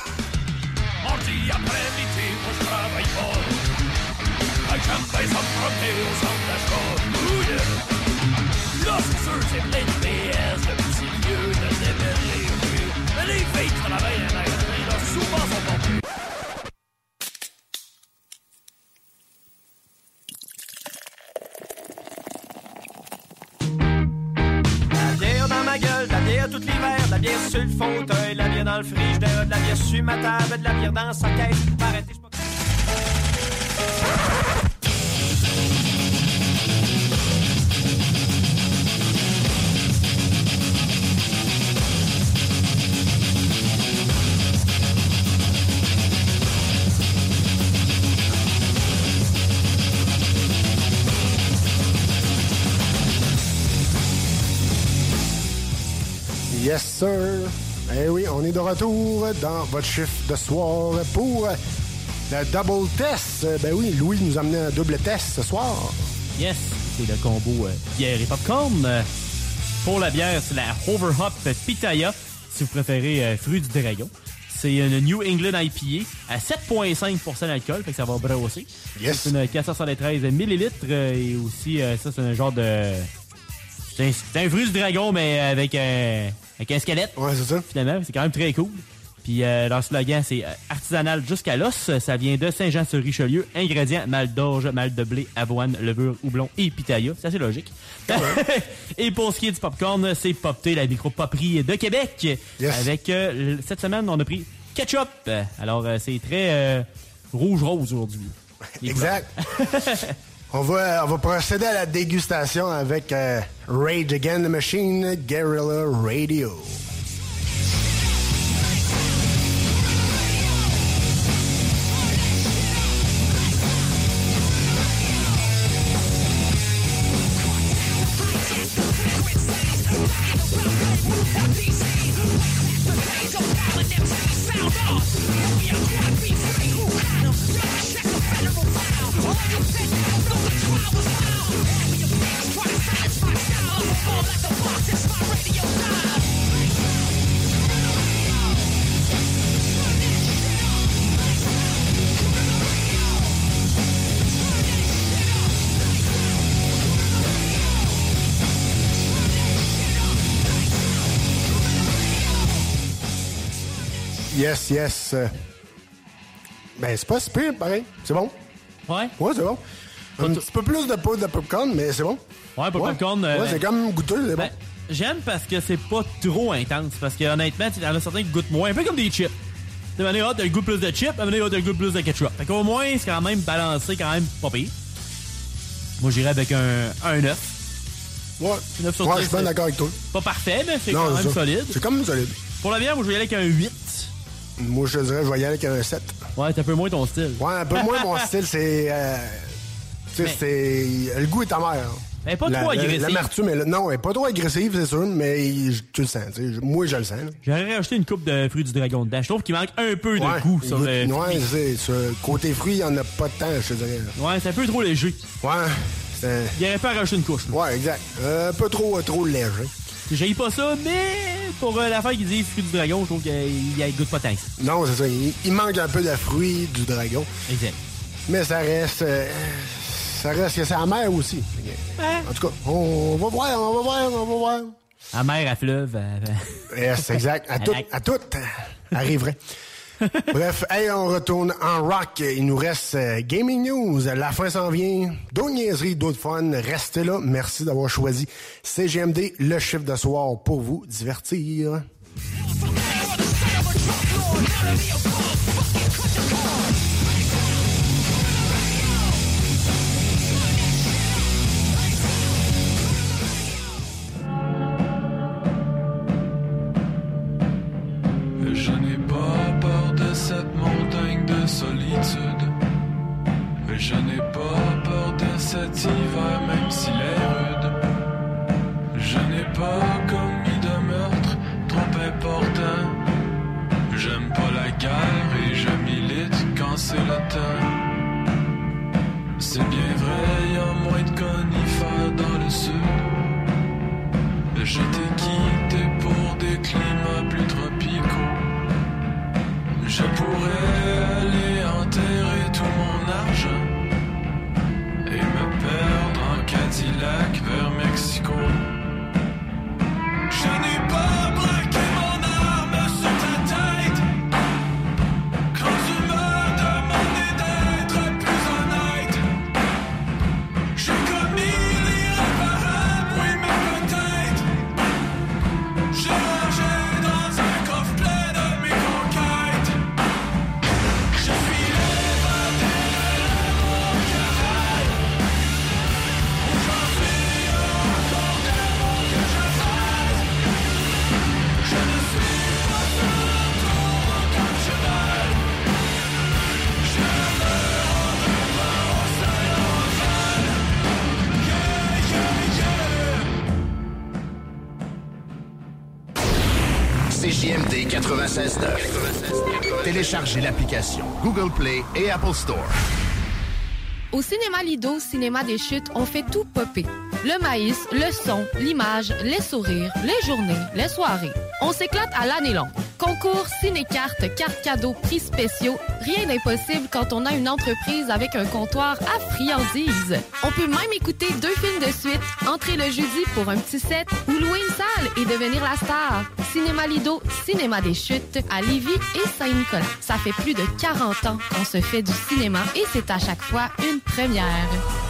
Mardi après-midi, moi je travaille fort. J'aime bien ça me promener au centre d'achat. Oh yeah! Là, c'est sûr, c'est plein de PS, de petits lieux, de démêlés, oui. Mais les filles qui travaillent à la galerie, là, souvent sont pas plus. La bière dans ma gueule, de la bière tout l'hiver, de la bière sur le fauteuil, de la bière dans le frigidaire, de la bière sur ma table, de la bière dans sa caisse. Arrêtez, je pas... Yes, sir. Eh oui, on est de retour dans votre chiffre de soir pour le double test. Ben oui, Louis nous a amené un double test ce soir. Yes, c'est le combo bière et popcorn. Pour la bière, c'est la Overhop Pitaya, si vous préférez fruit du dragon. C'est une New England IPA à 7,5% d'alcool, fait que ça va brosser. Yes. C'est une 473 millilitres et aussi, ça, c'est un genre de... C'est un fruit du dragon, mais avec un squelette. Ouais, c'est ça. Finalement, c'est quand même très cool. Puis leur slogan, c'est artisanal jusqu'à l'os. Ça vient de Saint-Jean-sur-Richelieu. Ingrédients, mal d'orge, mal de blé, avoine, levure, houblon et pitaya. C'est assez logique. Ouais. Et pour ce qui est du popcorn, c'est Popté, la micro-poperie de Québec. Yes. Avec, cette semaine, on a pris ketchup. Alors, c'est très rouge-rose aujourd'hui. Exact. On va procéder à la dégustation avec Rage Against the Machine, Guerrilla Radio. Yes. Ben, c'est pas si pire, pareil. C'est bon. Ouais? Ouais, c'est bon. Un petit peu plus de poudre de popcorn, mais c'est bon. Ouais, pas popcorn. Ouais, c'est comme goûteux, c'est bon. J'aime parce que c'est pas trop intense. Parce que honnêtement, il y en a certains qui goûtent moins. Un peu comme des chips. De manière, t'as le goût de plus de chips, de manière, t'as le goût de plus de ketchup. Fait qu'au moins, c'est quand même balancé, quand même pas pire. Moi, j'irais avec un 9. Ouais. 9 sur 10, je suis bien d'accord avec toi. Pas parfait, mais c'est quand même solide. C'est quand même solide. Pour la bière, moi, je vais y aller avec un 8. Moi, je te dirais, je vais y aller avec un 7. Ouais, t'as un peu moins ton style. Ouais, un peu moins mon style, c'est... tu sais, c'est... Le goût est amer. Elle est pas trop agressive. L'amertume, non, elle est pas trop agressive, c'est sûr, mais tu le sens. Moi, je le sens. J'aurais rajouté une coupe de fruits du dragon dedans. Je trouve qu'il manque un peu de goût sur le fruit. Ouais, c'est ça. Côté fruits, il n'y en a pas de temps, je te dirais. Ouais, c'est un peu trop léger. Ouais. Il aurait pas rajouté une couche. Là. Ouais, exact. Un peu trop léger. J'haïs pas ça, mais pour l'affaire qui dit fruits du dragon, je trouve qu'il goûte pas tant que ça. Non, c'est ça. Il manque un peu de fruits du dragon. Exact. Mais ça reste que c'est amer aussi. En tout cas, on va voir. Amer à fleuve. Yes, exact. À toutes. Arriverait. Bref, hey, on retourne en rock. Il nous reste Gaming News. La fin s'en vient. D'autres niaiseries, d'autres fun. Restez là. Merci d'avoir choisi CGMD, le chiffre de soir pour vous divertir. Je n'ai pas peur de cette montagne de solitude. Je n'ai pas peur de cet hiver, même s'il est rude. Je n'ai pas commis de meurtre trop important. J'aime pas la guerre et je milite quand c'est le temps. C'est bien vrai, y a moins de conifères dans le sud. Je t'ai quitté pour des climats plus tropicaux. Je pourrais aller enterrer tout mon argent et me perdre en Cadillac vers Mexico. Je n'ai pas braqué mon arme sur ta tête quand tu m'as demandé d'être plus honnête. J'ai commis l'irréparable, oui mais peut-être. J'ai rangé dans un coffre plein de mes conquêtes. Je suis l'évadé de l'amour carré. Aujourd'hui, encore tellement que je fête. Je ne suis pas seul comme je rêve. Je me rendrai au sein d'enfer. CJMD 96.9. Téléchargez l'application Google Play et Apple Store. Au Cinéma Lido, Cinéma des Chutes, on fait tout popper. Le maïs, le son, l'image, les sourires, les journées, les soirées. On s'éclate à l'année longue. Concours, ciné-cartes, cartes cadeaux, prix spéciaux, rien d'impossible quand on a une entreprise avec un comptoir à friandises. On peut même écouter 2 films de suite, entrer le jeudi pour un petit set ou louer une salle et devenir la star. Cinéma Lido, Cinéma des Chutes, à Lévis et Saint-Nicolas. Ça fait plus de 40 ans qu'on se fait du cinéma et c'est à chaque fois une première.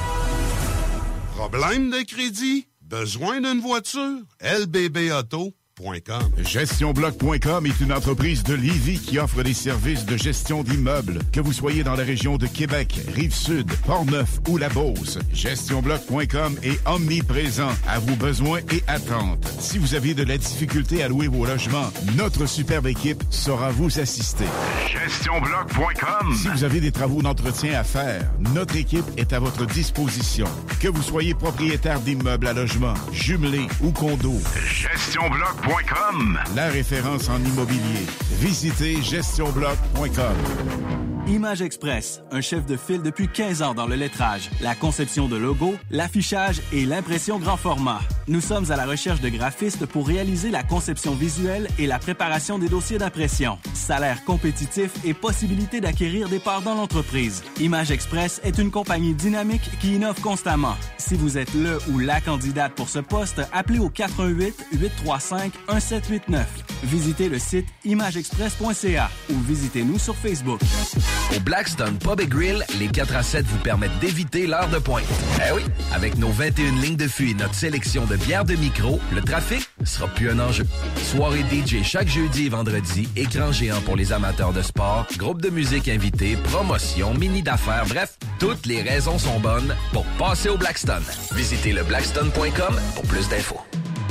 Problème de crédit? Besoin d'une voiture? LBB Auto? GestionBloc.com est une entreprise de Lévis qui offre des services de gestion d'immeubles. Que vous soyez dans la région de Québec, Rive-Sud, Port-Neuf ou la Beauce, GestionBloc.com est omniprésent à vos besoins et attentes. Si vous avez de la difficulté à louer vos logements, notre superbe équipe saura vous assister. GestionBloc.com. Si vous avez des travaux d'entretien à faire, notre équipe est à votre disposition. Que vous soyez propriétaire d'immeubles à logement, jumelés ou condos, GestionBloc.com. La référence en immobilier. Visitez GestionBloc.com. Image Express, un chef de file depuis 15 ans dans le lettrage, la conception de logos, l'affichage et l'impression grand format. Nous sommes à la recherche de graphistes pour réaliser la conception visuelle et la préparation des dossiers d'impression. Salaire compétitif et possibilité d'acquérir des parts dans l'entreprise. Image Express est une compagnie dynamique qui innove constamment. Si vous êtes le ou la candidate pour ce poste, appelez au 418-835-1789. Visitez le site imageexpress.ca ou visitez-nous sur Facebook. Au Blackstone Pub & Grill, les 4 à 7 vous permettent d'éviter l'heure de pointe. Eh oui! Avec nos 21 lignes de fût et notre sélection de bières de micro, le trafic sera plus un enjeu. Soirée DJ chaque jeudi et vendredi, écran géant pour les amateurs de sport, groupe de musique invité, promotion, mini d'affaires, bref, toutes les raisons sont bonnes pour passer au Blackstone. Visitez le blackstone.com pour plus d'infos.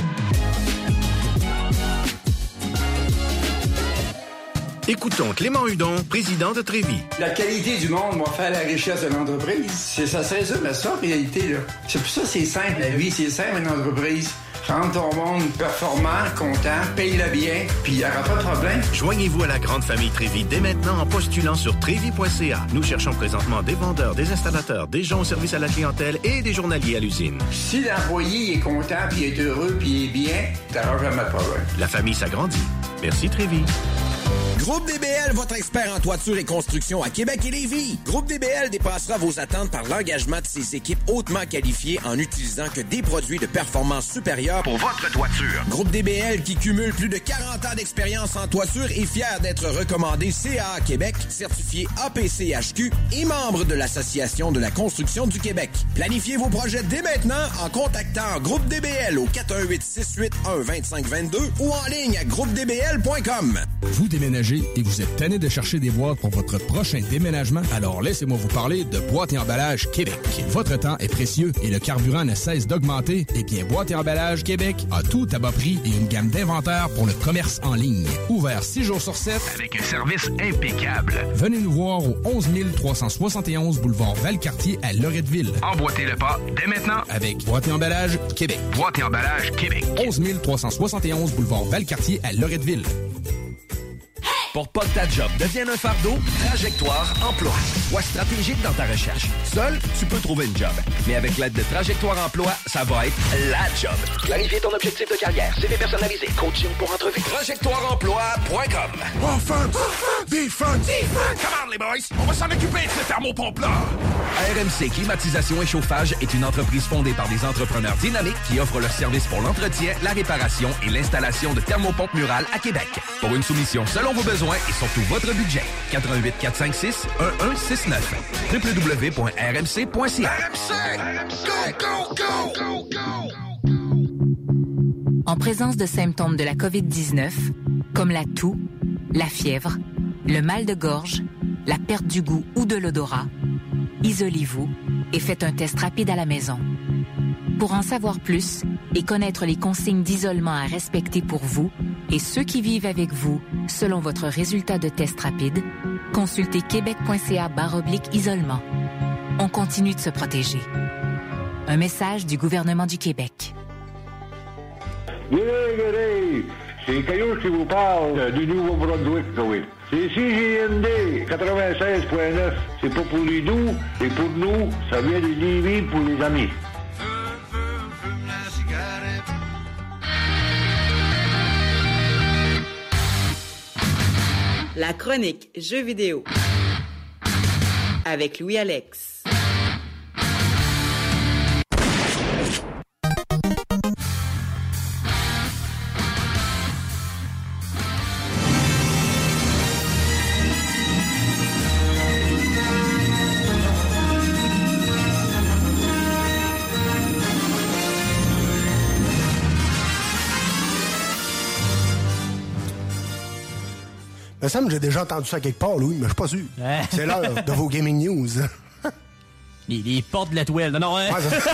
Écoutons Clément Hudon, président de Trévis. La qualité du monde va faire la richesse de l'entreprise. Ça se résume à ça, en réalité, là. C'est pour ça que c'est simple, la vie, c'est simple, une entreprise. Rendre ton monde performant, content, paye-le bien, puis il n'y aura pas de problème. Joignez-vous à la grande famille Trévis dès maintenant en postulant sur trévis.ca. Nous cherchons présentement des vendeurs, des installateurs, des gens au service à la clientèle et des journaliers à l'usine. Si l'employé est content, puis est heureux, puis il est bien, t'auras jamais de problème. La famille s'agrandit. Merci Trévis. Groupe DBL, votre expert en toiture et construction à Québec et Lévis. Groupe DBL dépassera vos attentes par l'engagement de ses équipes hautement qualifiées en utilisant que des produits de performance supérieure pour votre toiture. Groupe DBL qui cumule plus de 40 ans d'expérience en toiture est fier d'être recommandé CAA Québec, certifié APCHQ et membre de l'Association de la construction du Québec. Planifiez vos projets dès maintenant en contactant Groupe DBL au 418-681-2522 ou en ligne à groupedbl.com. Vous déménagez et vous êtes tanné de chercher des boîtes pour votre prochain déménagement? Alors laissez-moi vous parler de Boîte et Emballage Québec. Votre temps est précieux et le carburant ne cesse d'augmenter. Eh bien, Boîte et Emballage Québec a tout à bas prix et une gamme d'inventaire pour le commerce en ligne. Ouvert 6 jours sur 7. Avec un service impeccable. Venez nous voir au 11 371 boulevard Valcartier à Loretteville. Emboîtez le pas dès maintenant avec Boîte et Emballage Québec. Boîte et Emballage Québec. 11 371 boulevard Valcartier à Loretteville. Pour pas que ta job devienne un fardeau, Trajectoire Emploi. Sois stratégique dans ta recherche. Seul, tu peux trouver une job. Mais avec l'aide de Trajectoire Emploi, ça va être la job. Clarifier ton objectif de carrière, CV personnalisé, coaching pour entrevue. TrajectoireEmploi.com. Offense! Defense! Come on, les boys! On va s'en occuper de ce thermopompe-là! RMC Climatisation et Chauffage est une entreprise fondée par des entrepreneurs dynamiques qui offrent leurs services pour l'entretien, la réparation et l'installation de thermopompes murales à Québec. Pour une soumission selon vos besoins et surtout votre budget. 88 456 1169 www.rmc.ca. Go, go, go, go! En présence de symptômes de la COVID-19, comme la toux, la fièvre, le mal de gorge, la perte du goût ou de l'odorat, isolez-vous et faites un test rapide à la maison. Pour en savoir plus et connaître les consignes d'isolement à respecter pour vous et ceux qui vivent avec vous selon votre résultat de test rapide, consultez québec.ca/isolement. On continue de se protéger. Un message du gouvernement du Québec. G'day, c'est Caillou qui vous parle du Nouveau-Brunswick, oui. C'est CJMD 96.9. C'est pas pour les doux, et pour nous, ça vient de Lévis pour les amis. La chronique Jeux vidéo avec Louis-Alex. me semble que j'ai déjà entendu ça quelque part, Louis, mais je suis pas sûr. C'est l'heure de vos gaming news. Les portes de la toile. Non, hein?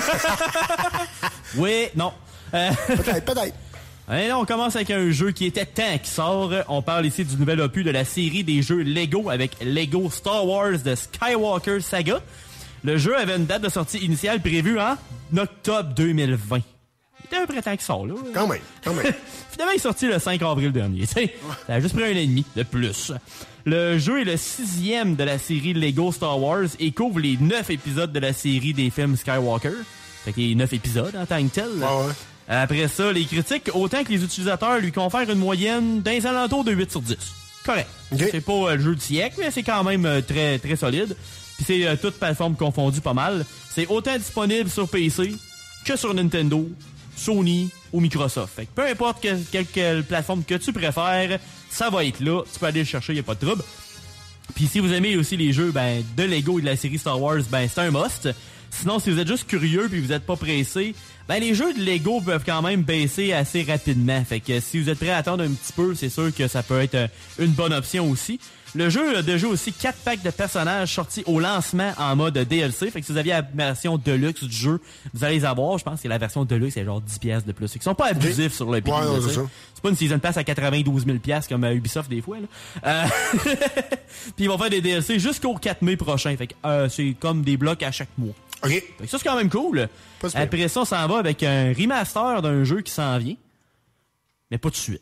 Oui, non. Peut-être. Et là, on commence avec un jeu qui était temps qui sort. On parle ici du nouvel opus de la série des jeux Lego avec Lego Star Wars The Skywalker Saga. Le jeu avait une date de sortie initiale prévue en octobre 2020. Il était un peu temps qui sort, là. Quand même. Finalement, il est sorti le 5 avril dernier. Ça a juste pris un an et demi de plus. Le jeu est le 6e de la série Lego Star Wars et couvre les 9 épisodes de la série des films Skywalker. Fait qu'il y a 9 épisodes en tant que tel. Après ça, les critiques, autant que les utilisateurs, lui confèrent une moyenne d'un alentour de 8 sur 10. Correct. C'est pas le jeu du siècle, mais c'est quand même très, très solide. Puis c'est toutes plateformes confondues pas mal. C'est autant disponible sur PC que sur Nintendo, Sony ou Microsoft. Fait que peu importe quelle plateforme que tu préfères, ça va être là. Tu peux aller le chercher, y a pas de trouble. Puis si vous aimez aussi les jeux de Lego et de la série Star Wars, c'est un must. Sinon, si vous êtes juste curieux puis vous êtes pas pressé, les jeux de Lego peuvent quand même baisser assez rapidement. Fait que si vous êtes prêt à attendre un petit peu, c'est sûr que ça peut être une bonne option aussi. Le jeu a déjà aussi 4 packs de personnages sortis au lancement en mode DLC. Fait que si vous aviez la version Deluxe du jeu, vous allez les avoir. Je pense que la version Deluxe est genre 10$ de plus. Ils sont pas abusifs sur le prix. C'est pas une Season Pass à 92 000$ comme Ubisoft des fois. Là. Puis ils vont faire des DLC jusqu'au 4 mai prochain. Fait que c'est comme des blocs à chaque mois. OK. Fait que ça, c'est quand même cool. Après ça, on s'en va avec un remaster d'un jeu qui s'en vient. Mais pas de suite.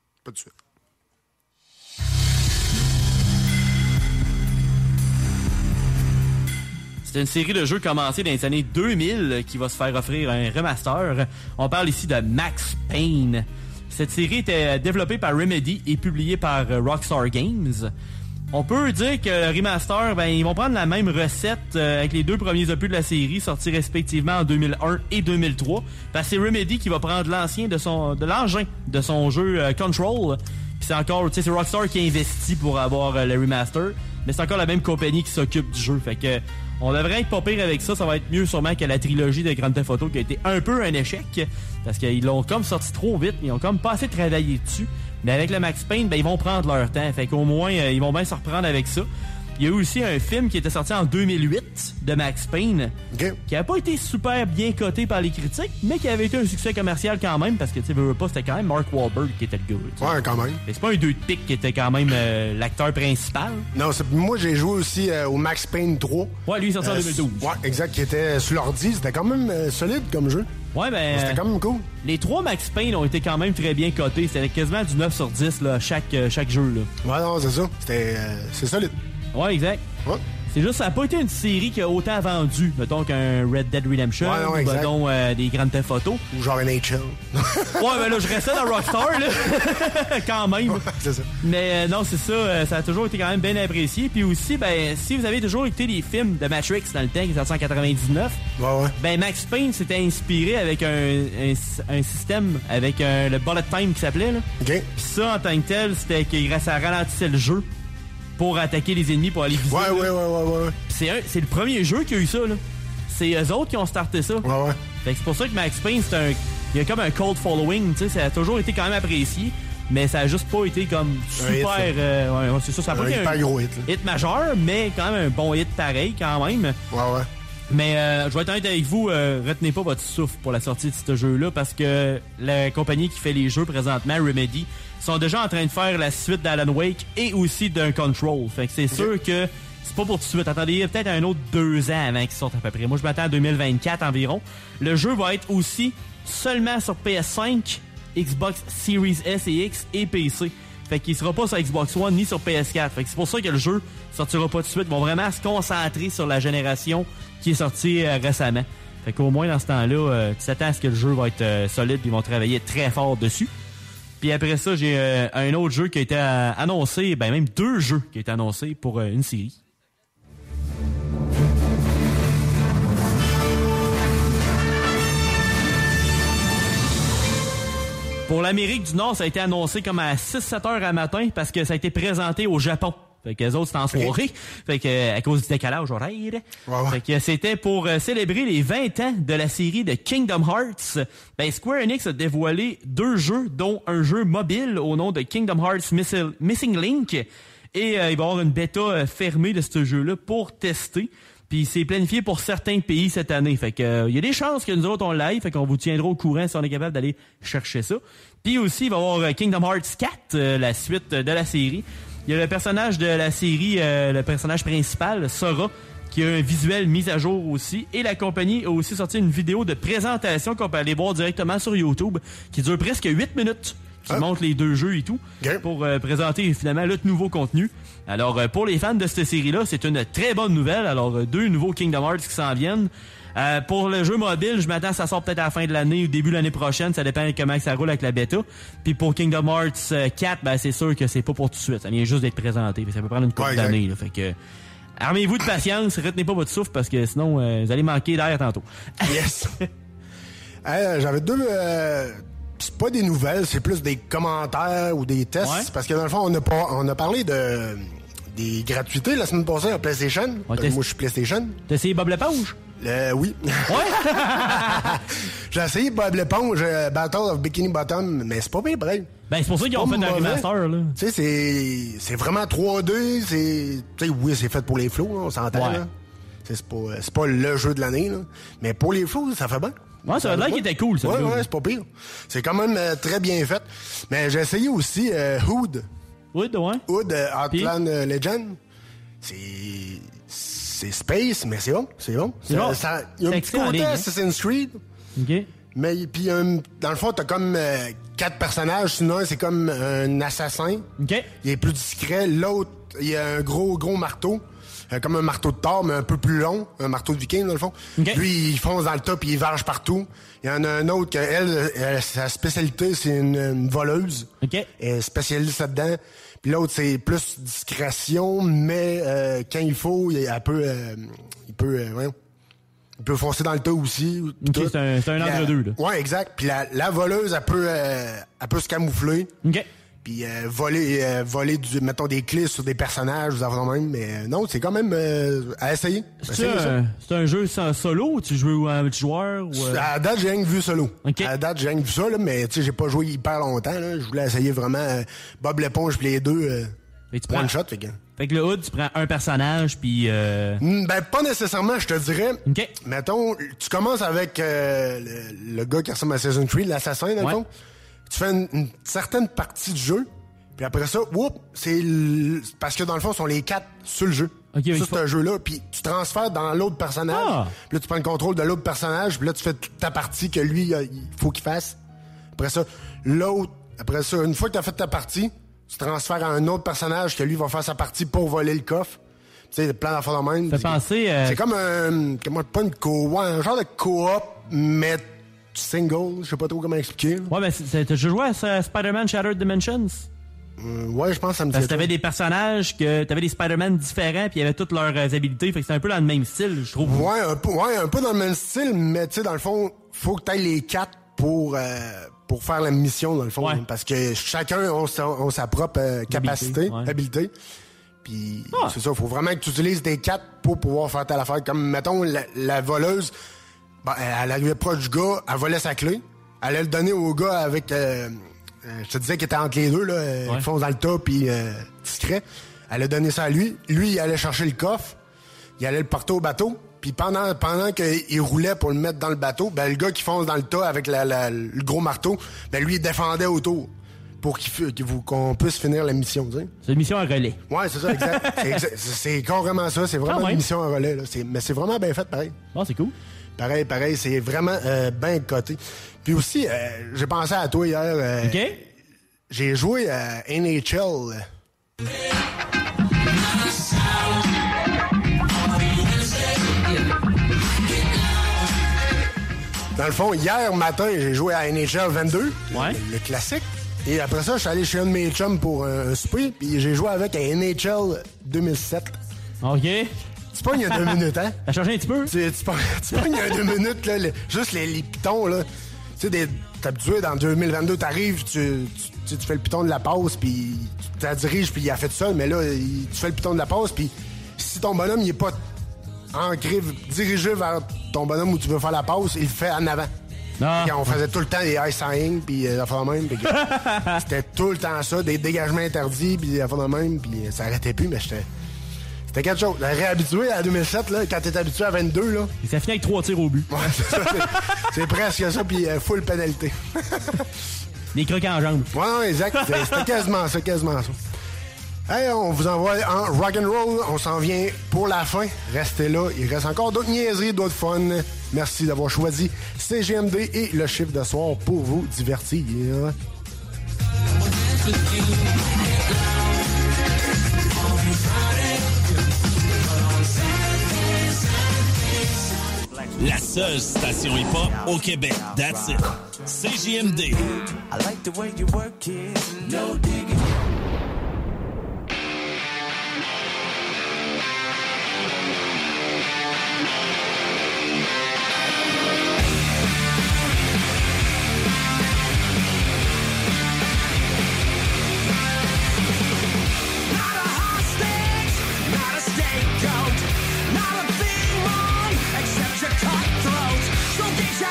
C'est une série de jeux commencée dans les années 2000 qui va se faire offrir un remaster. On parle ici de Max Payne. Cette série était développée par Remedy et publiée par Rockstar Games. On peut dire que le remaster, ils vont prendre la même recette avec les 2 premiers opus de la série, sortis respectivement en 2001 et 2003. Parce que c'est Remedy qui va prendre l'engin de son jeu Control. Puis c'est encore, c'est Rockstar qui a investi pour avoir le remaster. Mais c'est encore la même compagnie qui s'occupe du jeu. Fait que on devrait être pas pire avec ça. Ça va être mieux sûrement que la trilogie de Grand Theft Auto qui a été un peu un échec. Parce qu'ils l'ont comme sorti trop vite. Ils ont comme pas assez travaillé dessus. Mais avec le Max Payne, ils vont prendre leur temps. Fait qu'au moins, ils vont bien se reprendre avec ça. Il y a eu aussi un film qui était sorti en 2008 de Max Payne, qui n'a pas été super bien coté par les critiques, mais qui avait été un succès commercial quand même, parce que tu veux pas, c'était quand même Mark Wahlberg qui était le gars. T'sais. Ouais, quand même. Mais c'est pas un 2 de pique qui était quand même l'acteur principal. Non, moi j'ai joué aussi au Max Payne 3. Ouais, lui il est sorti en 2012. Ouais, exact, qui était sur l'ordi. C'était quand même solide comme jeu. Ouais, c'était quand même cool. Les 3 Max Payne ont été quand même très bien cotés. C'était quasiment du 9 sur 10 là, chaque jeu. Là. Ouais, non, c'est ça. C'est solide. Ouais, exact. Ouais. C'est juste, ça n'a pas été une série qui a autant vendu, mettons, qu'un Red Dead Redemption, ou mettons, des Grand Theft Auto. Ou genre un NHL. Ouais, ben là, je restais dans Rockstar, là. Quand même. Ouais, c'est ça. Mais non, c'est ça, ça a toujours été quand même bien apprécié. Puis aussi, si vous avez toujours écouté des films de Matrix dans le temps, qui est sorti en 99, Max Payne s'était inspiré avec un système, avec le bullet time qui s'appelait, là. Puis ça, en tant que tel, c'était que ça ralentissait le jeu pour attaquer les ennemis, pour aller viser. Ouais. C'est le premier jeu qui a eu ça, là. C'est eux autres qui ont starté ça. Ouais. Fait que c'est pour ça que Max Payne, il y a comme un cold following, tu sais, ça a toujours été quand même apprécié, mais ça a juste pas été comme super... c'est ça, ça a pas été un gros hit majeur, mais quand même un bon hit pareil, quand même. Ouais. Mais je vais être honnête avec vous, retenez pas votre souffle pour la sortie de ce jeu-là, parce que la compagnie qui fait les jeux présentement, Remedy, sont déjà en train de faire la suite d'Alan Wake et aussi d'un Control. Fait que c'est sûr que c'est pas pour tout de suite. Attendez peut-être un autre 2 ans avant qu'il sorte à peu près. Moi, je m'attends à 2024 environ. Le jeu va être aussi seulement sur PS5, Xbox Series S et X et PC. Fait qu'il sera pas sur Xbox One ni sur PS4. Fait que c'est pour ça que le jeu sortira pas tout de suite. Ils vont vraiment se concentrer sur la génération qui est sortie récemment. Fait qu'au moins dans ce temps-là, tu t'attends à ce que le jeu va être solide et ils vont travailler très fort dessus. Puis après ça, j'ai un autre jeu qui a été annoncé, même 2 jeux qui ont été annoncés pour une série. Pour l'Amérique du Nord, ça a été annoncé comme à 6-7 heures à matin parce que ça a été présenté au Japon. Fait que les autres, c'était en soirée. Fait que, à cause du décalage horaire. Fait que c'était pour célébrer les 20 ans de la série de Kingdom Hearts. Ben, Square Enix a dévoilé 2 jeux, dont un jeu mobile au nom de Kingdom Hearts Missing Link. Et il va y avoir une bêta fermée de ce jeu-là pour tester. Puis c'est planifié pour certains pays cette année. Fait que il y a des chances que nous autres on l'aille. Fait qu'on vous tiendra au courant si on est capable d'aller chercher ça. Puis aussi, il va y avoir Kingdom Hearts 4, la suite de la série. Il y a le personnage de la série, le personnage principal, Sora, qui a un visuel mis à jour aussi. Et la compagnie a aussi sorti une vidéo de présentation qu'on peut aller voir directement sur YouTube, qui dure presque 8 minutes. Qui montre les 2 jeux et tout, pour présenter finalement le nouveau contenu. Alors, pour les fans de cette série-là, c'est une très bonne nouvelle. Alors, 2 nouveaux Kingdom Hearts qui s'en viennent. Pour le jeu mobile, je m'attends que ça sort peut-être à la fin de l'année ou début de l'année prochaine. Ça dépend comment ça roule avec la bêta. Puis pour Kingdom Hearts 4, ben c'est sûr que c'est pas pour tout de suite. Ça vient juste d'être présenté. Ça peut prendre une couple d'années. Fait que armez-vous de patience, retenez pas votre souffle parce que sinon, vous allez manquer d'air tantôt. Yes! J'avais 2... c'est pas des nouvelles, c'est plus des commentaires ou des tests. Parce que dans le fond, on a parlé des gratuités la semaine passée à PlayStation. Moi, je suis PlayStation. T'as essayé Bob l'éponge? Oui. Ouais? J'ai essayé Bob l'éponge, Battle of Bikini Bottom, mais c'est pas bien pareil. Ben, c'est pour ça qu'ils ont fait un remaster, là. Tu sais, c'est vraiment 3D, tu sais, oui, c'est fait pour les flots, on s'entend, là. C'est pas le jeu de l'année, là. Mais pour les flots, ça fait bien. Ouais, ça a l'air qu'il était cool, ça. Ouais, c'est pas pire. C'est quand même très bien fait. Mais j'ai essayé aussi Hood. Hood, Outland Legend. C'est space, mais c'est bon. Il y a un petit côté Assassin's Creed. OK. Mais puis dans le fond, t'as comme 4 personnages. Sinon, c'est comme un assassin. OK. Il est plus discret. L'autre, il a un gros marteau. Comme un marteau de Thor, mais un peu plus long. Un marteau de viking, dans le fond. Okay. Lui, il fonce dans le tas puis il varge partout. Il y en a un autre que elle sa spécialité, c'est une voleuse. OK. Elle est spécialiste là-dedans. Puis l'autre, c'est plus discrétion, mais quand il faut, il peut foncer dans le tas aussi. OK, c'est un entre-deux, là. Ouais, exact. Puis la voleuse, elle peut se camoufler. OK. Puis voler mettons des clés sur des personnages, vous même, mais non, c'est quand même à essayer. C'est un jeu solo ou tu joues à multijoueur? À la date, j'ai rien vu solo. Okay. À la date, j'ai rien vu ça, là, mais tu sais, j'ai pas joué hyper longtemps. Là. Je voulais essayer vraiment Bob l'éponge puis les 2 one shot. Fait que le Hood, tu prends un personnage puis... Ben, pas nécessairement, je te dirais. OK. Mettons, tu commences avec le gars qui ressemble à Assassin's Creed, l'assassin, dans le fond. Tu fais une certaine partie du jeu, puis après ça, c'est parce que dans le fond, ce sont les 4 sur le jeu. Okay, ça, c'est un jeu-là, puis tu transfères dans l'autre personnage, puis là, tu prends le contrôle de l'autre personnage, puis là, tu fais toute ta partie que lui, il faut qu'il fasse. Après ça, une fois que tu as fait ta partie, tu transfères à un autre personnage que lui va faire sa partie pour voler le coffre. Tu sais, plein d'affaires de même. C'est comme un genre de coop, mais single, je sais pas trop comment expliquer. Ouais, mais t'as déjà joué à Spider-Man Shattered Dimensions? Ouais, je pense que ça me dit. Parce que t'avais des personnages t'avais des Spider-Man différents, puis ils avaient toutes leurs habilités, fait que c'était un peu dans le même style, je trouve. Ouais, un peu dans le même style, mais tu sais, dans le fond, faut que t'ailles les 4 pour faire la mission, dans le fond. Ouais. Parce que chacun a sa propre capacité, habilité. Puis c'est ça, faut vraiment que tu utilises des 4 pour pouvoir faire telle affaire. Comme, mettons, la voleuse, elle arrivait proche du gars, elle volait sa clé, elle allait le donner au gars avec... je te disais qu'il était entre les deux, là, ils foncent dans le tas, puis discret. Elle a donné ça à lui. Lui, il allait chercher le coffre, il allait le porter au bateau, puis pendant qu'il roulait pour le mettre dans le bateau, ben le gars qui fonce dans le tas avec le gros marteau, ben lui, il défendait autour pour qu'on puisse finir la mission, tu sais. C'est une mission à relais. Ouais, c'est ça, exact. c'est carrément ça, c'est vraiment une mission à relais, là. Mais c'est vraiment bien fait, pareil. Ah, c'est cool. Pareil, c'est vraiment bien coté. Puis aussi, j'ai pensé à toi hier. OK. J'ai joué à NHL. Dans le fond, hier matin, j'ai joué à NHL 22, le classique. Et après ça, je suis allé chez un de mes chums pour un souper, puis j'ai joué avec un NHL 2007. OK. Tu pognes il y a 2 minutes, hein? Ça a changé un petit peu? Tu pognes il y a 2 minutes, là, juste les pitons, là. Tu sais, t'es habitué, dans 2022, t'arrives, tu fais le piton de la passe, puis tu te diriges, puis il a fait ça, mais là, tu fais le piton de la passe, puis si ton bonhomme, il est pas ancré, dirigé vers ton bonhomme où tu veux faire la passe, il le fait en avant. Puis on faisait tout le temps des high signing, puis la fois de même, puis c'était tout le temps ça, des dégagements interdits, puis la fois de même, puis ça arrêtait plus, mais c'était quelque chose. Réhabitué à 2007, là, quand t'es habitué à 22, là. Et ça finit avec 3 tirs au but. Ouais, c'est ça. C'est presque ça, puis full pénalité. Des crocs en jambes. Ouais, exact. C'était quasiment ça. Hey, on vous envoie en rock'n'roll. On s'en vient pour la fin. Restez là. Il reste encore d'autres niaiseries, d'autres fun. Merci d'avoir choisi CGMD et le chiffre de soir pour vous divertir. La seule station hip-hop au Québec. That's it. CJMD. I like the way you work it. No digging.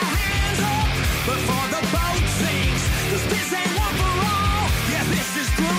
Before the boat sinks, 'cause this ain't one for all. Yeah, this is good.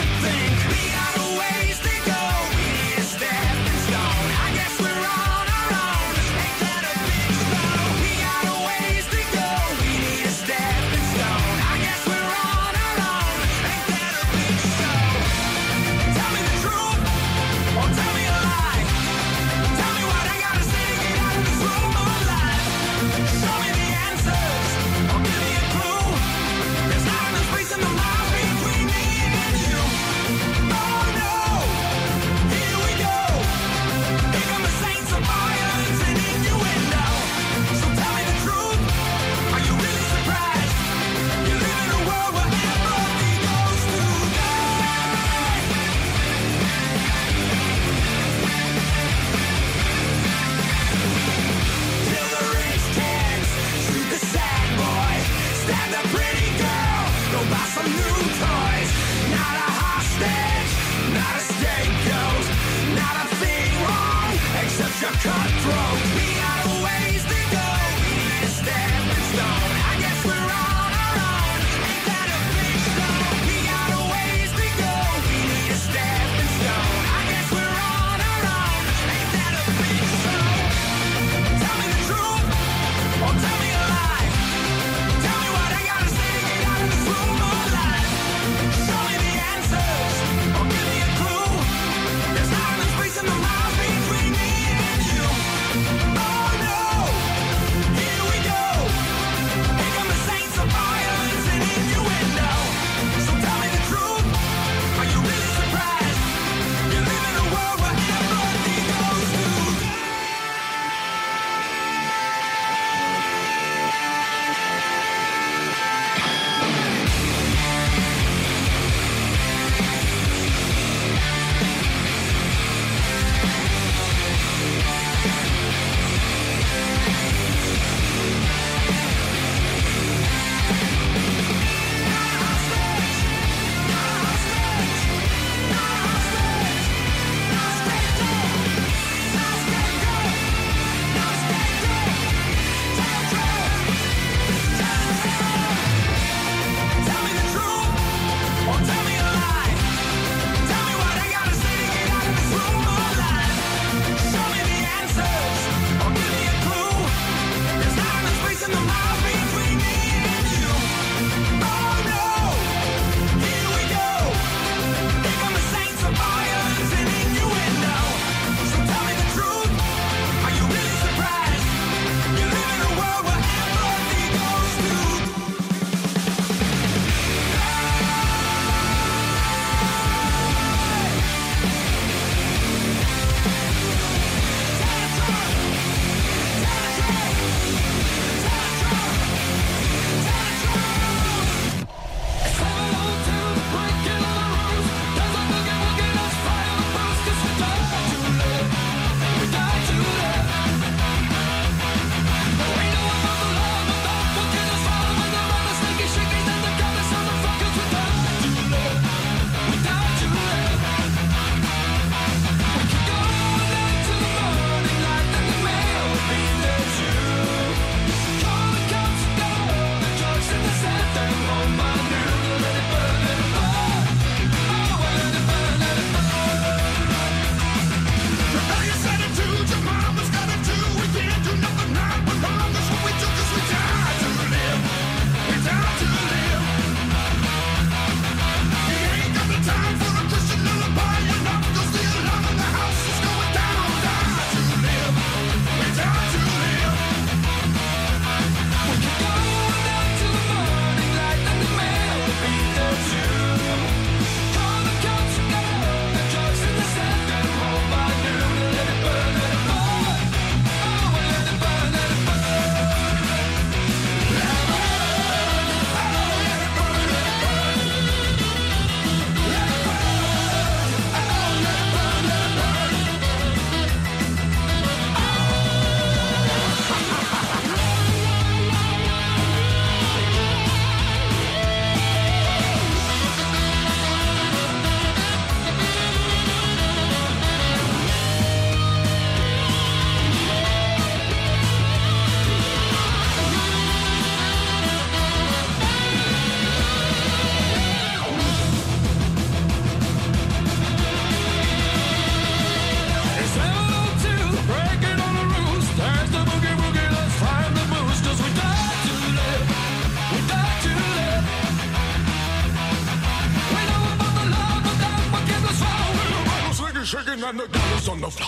heroes.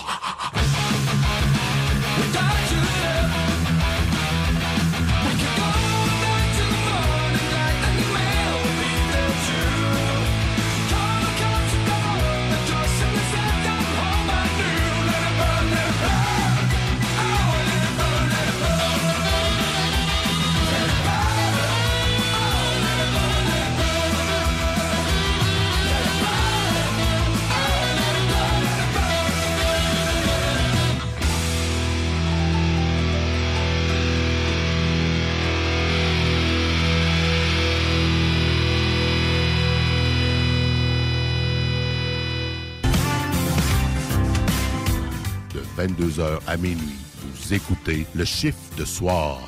De 22h à minuit, vous écoutez le chiffre de soir.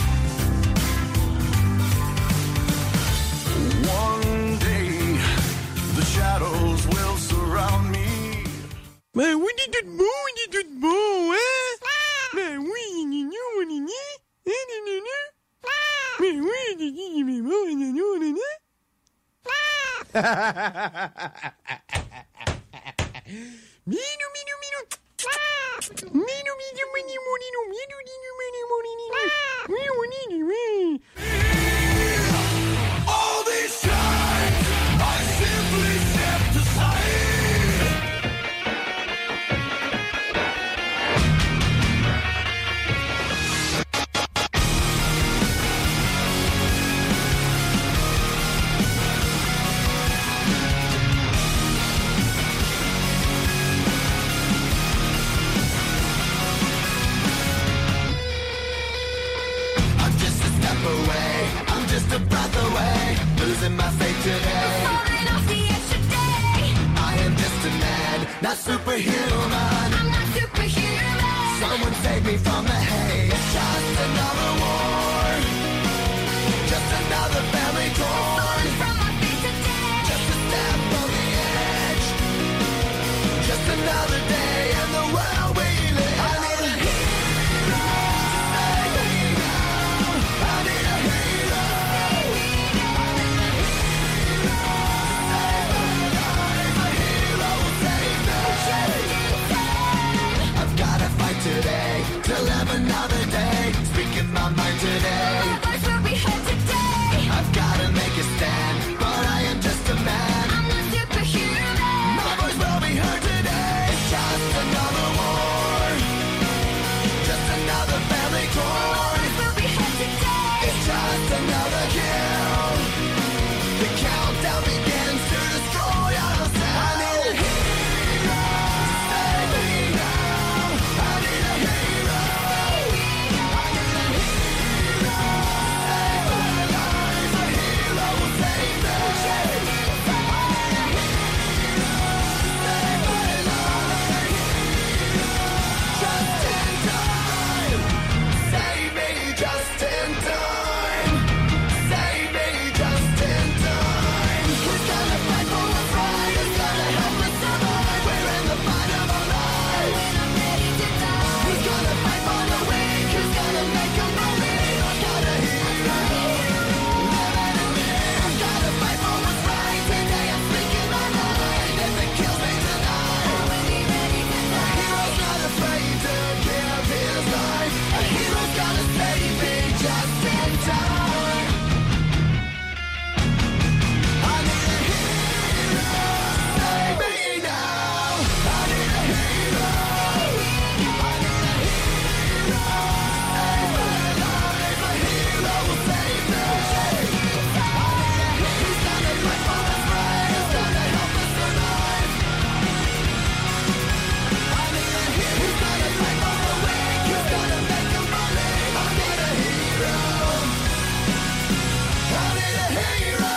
One day, the shadows will surround me. Ben oui, il est tout beau, hein? Ben oui, mais oui, All these times, I simply stepped aside. I'm just a step away, I'm just a breath away, losing my faith today. Falling off the edge today. I am just a man, not superhuman. I'm not superhuman. Someone save me from the hate. It's just another war, just another family torn. Falling from my feet today. Just a step on the edge, just another day in the world we live. I need a hero, save me now. I need a hero, I've gotta fight today to live another day. Speaking my mind today. My voice will be heard today. I've gotta make a stand, but I am just a man. I'm not superhuman. My voice will be heard today. It's just another war, just another family torn. My voice will be heard today. It's just another kill. The countdown begins to destroy ourselves. I need a hero, save me now. I need a hero, I need a hero, save my life. A hero will save me. I need a hero, save my life. Just in time, save me just in time. Save me just in time. Who's gonna fight for what's right? Who's gonna help us survive? We're in the fight of our lives. When I'm ready to die. Who's gonna fight for the weak? Who's gonna make them believe? I've got a hero living in me. I've gotta fight for what's right. Today I'm speaking my mind. If it kills me tonight, I will be ready to die. A hero's not afraid to give his life. A hero's gonna save me just in time. I need a hero, save me now. I need a hero, I need a hero, save my life. A hero will save me. I need a hero, who's gonna fight for what's right? Who's gonna help us survive? I need a hero, who's gonna fight for the weak? Who's gonna make them believe? I need a hero, I need a hero.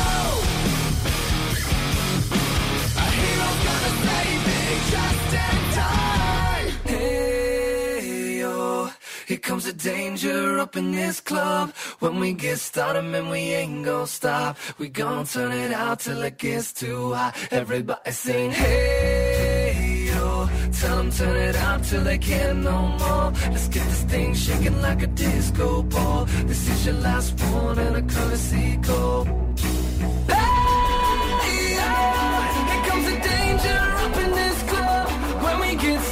A hero's gonna save me just in time. Hey, yo, here comes the danger up in this club. When we get started, man, we ain't gon' stop. We gon' turn it out till it gets too hot. Everybody sing, hey, yo. Tell them turn it out till they can't no more. Let's get this thing shaking like a disco ball. This is your last one and a courtesy call. Hey, yo, here comes the danger up in this club. When we get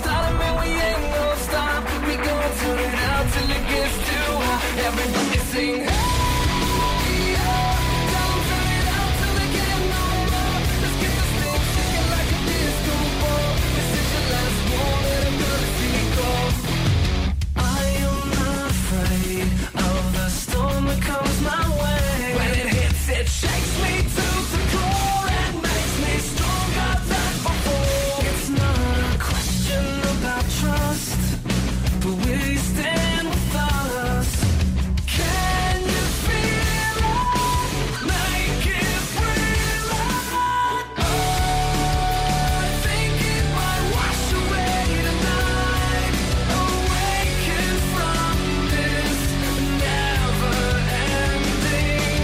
Everybody sing, hey, oh. Tell 'em turn it out till they can't no more. Let's get this thing shaking like a disco ball. This is your last one and I'm gonna see it go. I am not afraid of the storm that comes my way. When it hits, it shakes me to the core and makes me stronger than before. It's not a question about trust, but will you stand with us? Can you feel it? Make it real. Oh, I think it might wash away tonight. Awaken from this never-ending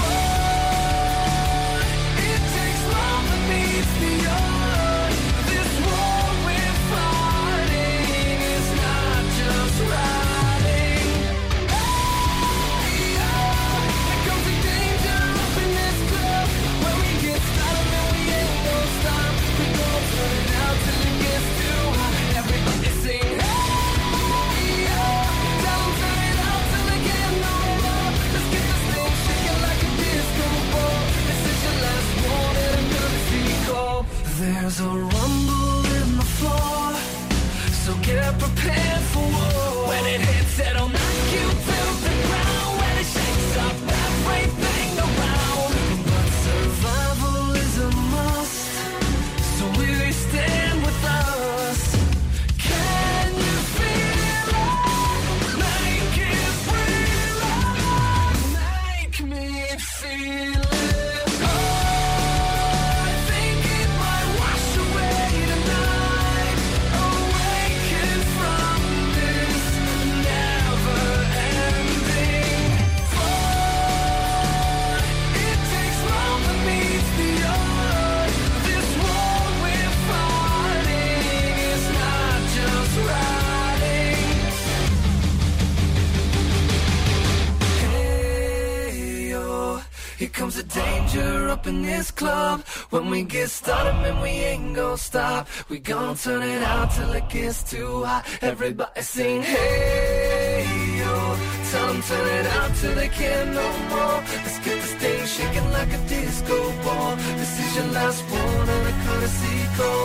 fight. It takes love that meets the earth. This war we're fighting is not just riding. Hey, oh, there comes a danger up in this club. When we get started, then we ain't gonna stop. We gon' turn it out till it gets too hot. Everybody sing, hey, oh. Tell 'em turn it out till they can't no more. Let's get this thing shaking like a disco ball. This is your last one and I'm gonna see it go. There's a rumble in the floor, so get prepared for war. When it hits, it'll knock you to the ground. When it shakes up everything around. But survival is a must, so will you stand with us? Can you feel it? Make it real. Make me feel it. Oh, I think it might wash away tonight. Awaken from this never-ending fight. It takes love that meets the earth. This war we're fighting is not just riding. Hey, oh, here comes the danger up in this club. When we get started, man, we ain't gonna stop. We gon' turn it out till it gets too hot. Everybody sing, hey, oh. Tell 'em turn it out till they can't no more. Let's get this thing shaking like a disco ball. This is your last one and I'm gonna see it go.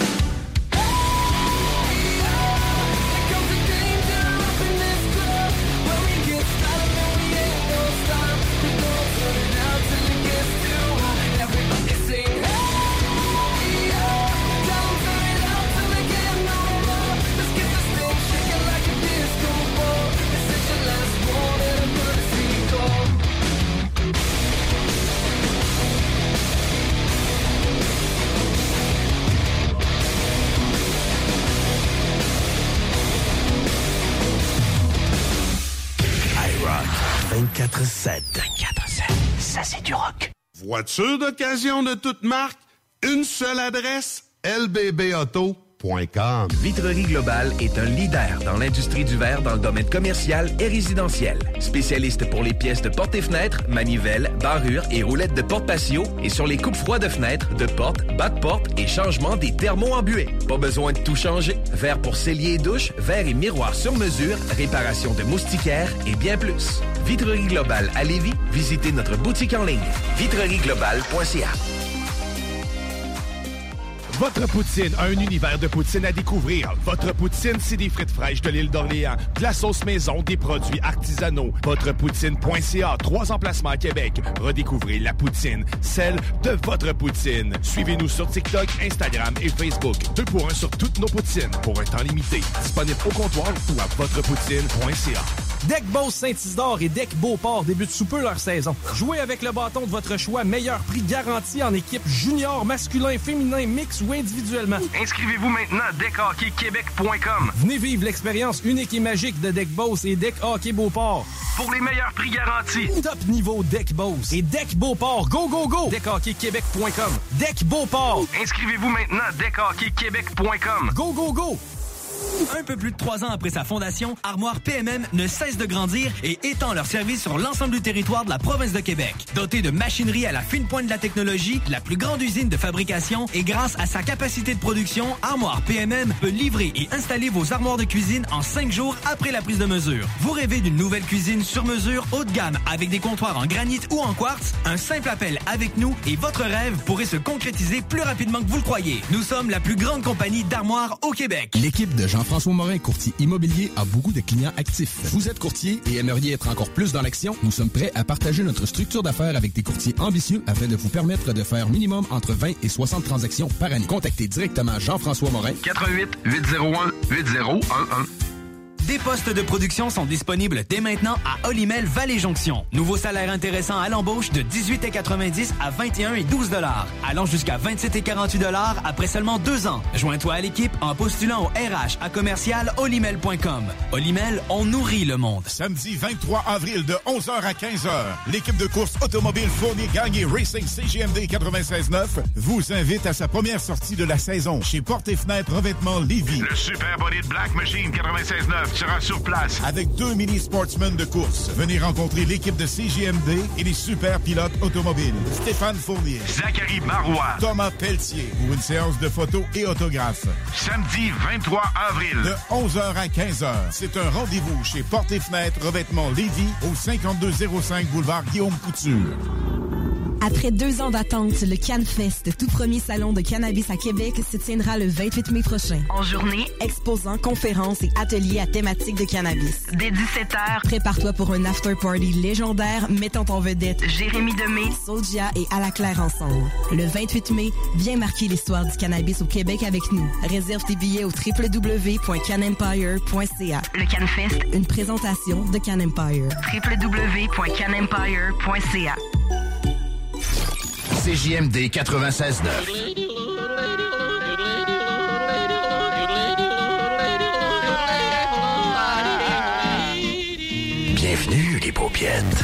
iRock 24/7. 24/7, ça c'est du rock. Voiture d'occasion de toute marque, une seule adresse, lbbauto.com. Vitrerie Globale est un leader dans l'industrie du verre dans le domaine commercial et résidentiel. Spécialiste pour les pièces de portes et fenêtres, manivelles, barrures et roulettes de porte patio et sur les coupes froides de fenêtres, de portes, bas de porte et changement des thermos embués. Pas besoin de tout changer. Verre pour cellier et douche, verre et miroir sur mesure, réparation de moustiquaires et bien plus. Vitrerie Globale à Lévis, visitez notre boutique en ligne. vitrerieglobale.ca. Votre poutine, un univers de poutine à découvrir. Votre poutine, c'est des frites fraîches de l'île d'Orléans, de la sauce maison, des produits artisanaux. Votrepoutine.ca, 3 emplacements à Québec. Redécouvrez la poutine, celle de votre poutine. Suivez-nous sur TikTok, Instagram et Facebook. 2 pour 1 sur toutes nos poutines, pour un temps limité. Disponible au comptoir ou à votrepoutine.ca. Deck Boss Saint-Isidore et Deck Beauport débutent sous peu leur saison. Jouez avec le bâton de votre choix, meilleur prix garanti en équipe junior, masculin, féminin, mix ou individuellement. Inscrivez-vous maintenant à deckhockeyquebec.com. Venez vivre l'expérience unique et magique de Deck Boss et Deck Hockey Beauport. Pour les meilleurs prix garantis. Top niveau Deck Boss et Deck Beauport. Go, go, go! deckhockeyquebec.com. Deck Beauport. Inscrivez-vous maintenant à deckhockeyquebec.com. Go, go, go! Un peu plus de 3 ans après sa fondation, Armoire PMM ne cesse de grandir et étend leur service sur l'ensemble du territoire de la province de Québec. Dotée de machinerie à la fine pointe de la technologie, la plus grande usine de fabrication et grâce à sa capacité de production, Armoire PMM peut livrer et installer vos armoires de cuisine en 5 jours après la prise de mesure. Vous rêvez d'une nouvelle cuisine sur mesure haut de gamme avec des comptoirs en granit ou en quartz? Un simple appel avec nous et votre rêve pourrait se concrétiser plus rapidement que vous le croyez. Nous sommes la plus grande compagnie d'armoires au Québec. L'équipe de Jean-François Morin, courtier immobilier, a beaucoup de clients actifs. Vous êtes courtier et aimeriez être encore plus dans l'action? Nous sommes prêts à partager notre structure d'affaires avec des courtiers ambitieux afin de vous permettre de faire minimum entre 20 et 60 transactions par année. Contactez directement Jean-François Morin. 88 801 8011. Des postes de production sont disponibles dès maintenant à Olimel Vallée-Jonction. Nouveau salaire intéressant à l'embauche de 18,90 à 21 et 12 $, allant jusqu'à 27 et 48 $ après seulement 2 ans. Joins-toi à l'équipe en postulant au RH à commercial olimel.com. Olimel, on nourrit le monde. Samedi 23 avril de 11h à 15h, l'équipe de course automobile Fournier Gagné Racing CGMD 96.9 vous invite à sa première sortie de la saison chez Portes et Fenêtres Revêtement Lévis. Le Super Bolide Black Machine 96.9 sera sur place. Avec 2 mini-sportsmen de course. Venez rencontrer l'équipe de CGMD et les super pilotes automobiles. Stéphane Fournier, Zachary Marois, Thomas Pelletier pour une séance de photos et autographes. Samedi 23 avril. De 11h à 15h. C'est un rendez-vous chez Portes et Fenêtres Revêtement Lévis au 5205 boulevard Guillaume Couture. Après 2 ans d'attente, le CanFest, tout premier salon de cannabis à Québec, se tiendra le 28 mai prochain. En journée, exposants, conférences et ateliers à thématique de cannabis. Dès 17h, prépare-toi pour un after-party légendaire mettant en vedette Jérémy Demé, Soulja et À la Claire ensemble. Le 28 mai, viens marquer l'histoire du cannabis au Québec avec nous. Réserve tes billets au www.canempire.ca. Le CanFest, une présentation de Can Empire. www.canempire.ca. CJMD 96.9. Bienvenue, les paupiètes.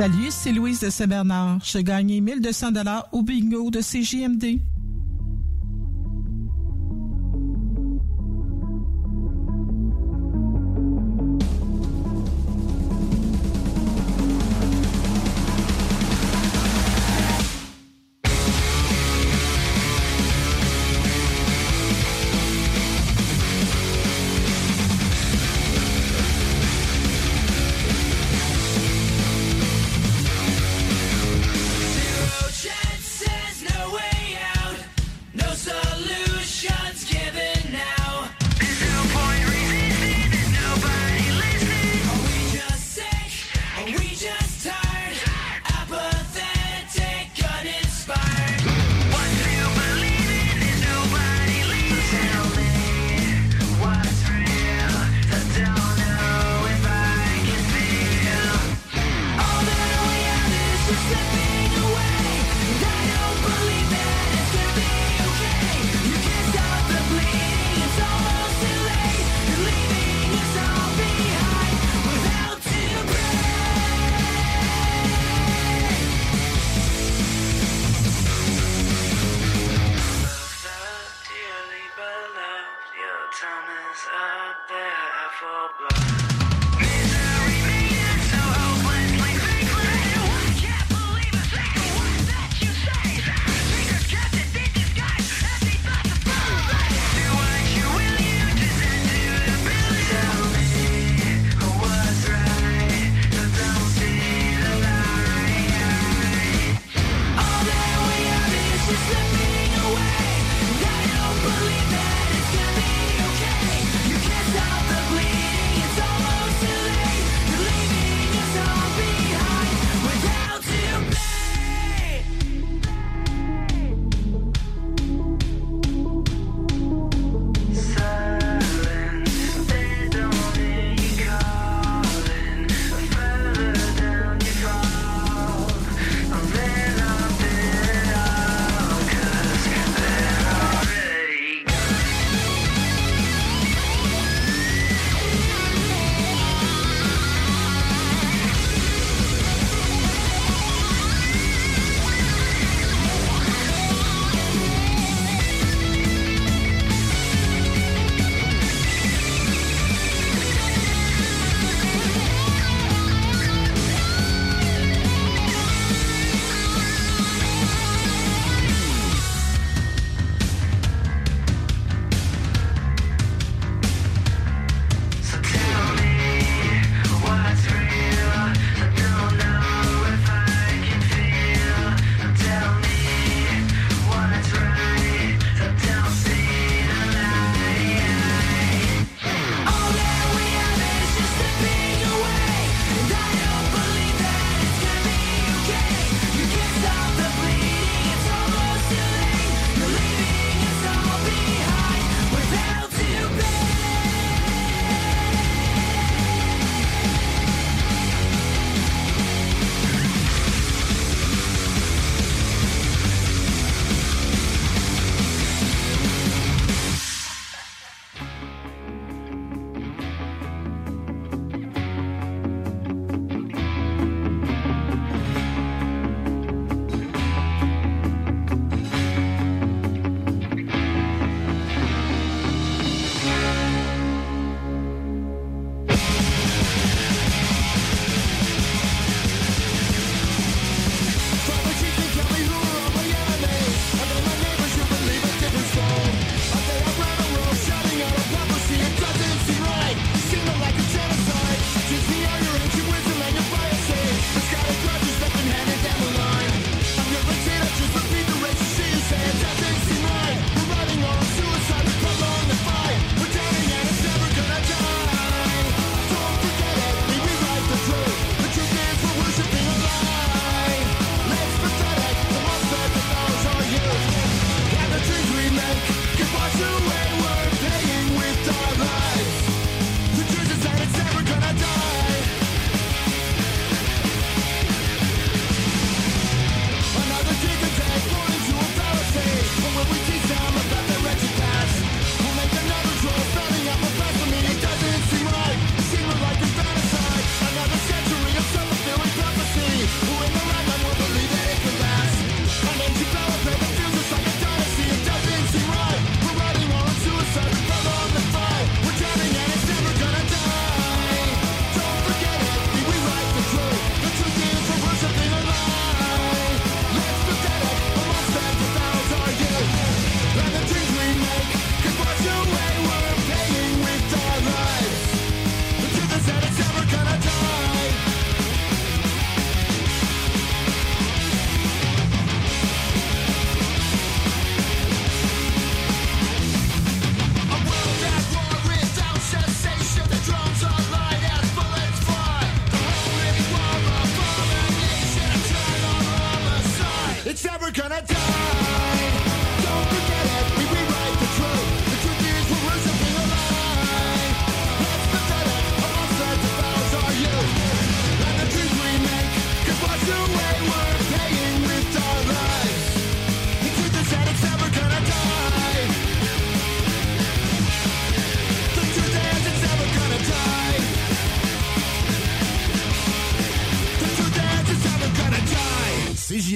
Salut, c'est Louise de Saint-Bernard. J'ai gagné 1200 $ au bingo de CJMD. It's almost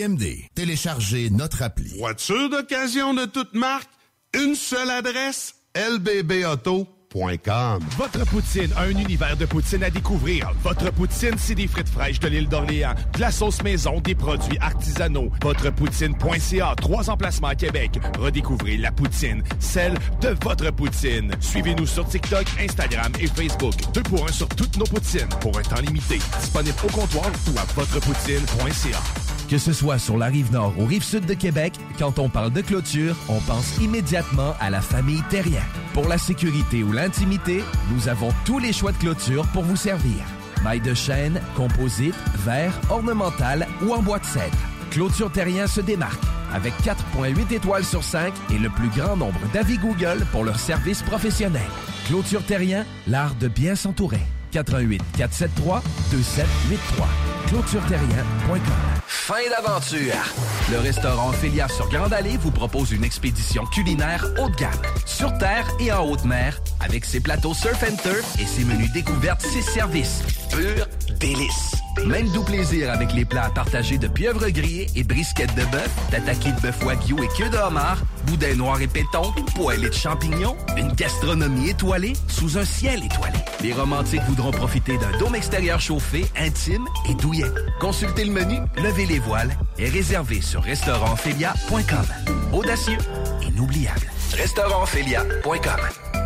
JMD. Téléchargez notre appli. Voiture d'occasion de toute marque, une seule adresse, lbbauto.com. Votre poutine, un univers de poutine à découvrir. Votre poutine, c'est des frites fraîches de l'île d'Orléans, de la sauce maison, des produits artisanaux. Votrepoutine.ca, 3 emplacements à Québec. Redécouvrez la poutine, celle de votre poutine. Suivez-nous sur TikTok, Instagram et Facebook. 2 pour 1 sur toutes nos poutines, pour un temps limité. Disponible au comptoir ou à votrepoutine.ca. Que ce soit sur la Rive-Nord ou Rive-Sud de Québec, quand on parle de clôture, on pense immédiatement à la famille Terrien. Pour la sécurité ou l'intimité, nous avons tous les choix de clôture pour vous servir. Mailles de chêne, composite, verre, ornemental ou en bois de cèdre. Clôture Terrien se démarque avec 4,8 étoiles sur 5 et le plus grand nombre d'avis Google pour leur service professionnel. Clôture Terrien, l'art de bien s'entourer. 88 473 2783. ClôtureTerrien.com. Fin d'aventure! Le restaurant Ophélia sur Grande Allée vous propose une expédition culinaire haut de gamme, sur terre et en haute mer, avec ses plateaux surf and turf et ses menus découvertes 6 services. Pur délice! Même doux plaisir avec les plats partagés de pieuvres grillées et brisquettes de bœuf, tataki de bœuf wagyu et queue de homard, boudin noir et pétonque, poêlée de champignons, une gastronomie étoilée sous un ciel étoilé. Les romantiques voudront profiter d'un dôme extérieur chauffé, intime et douillet. Consultez le menu, levez les voiles et réservez sur restaurantphilia.com. Audacieux, inoubliable. restaurantphilia.com.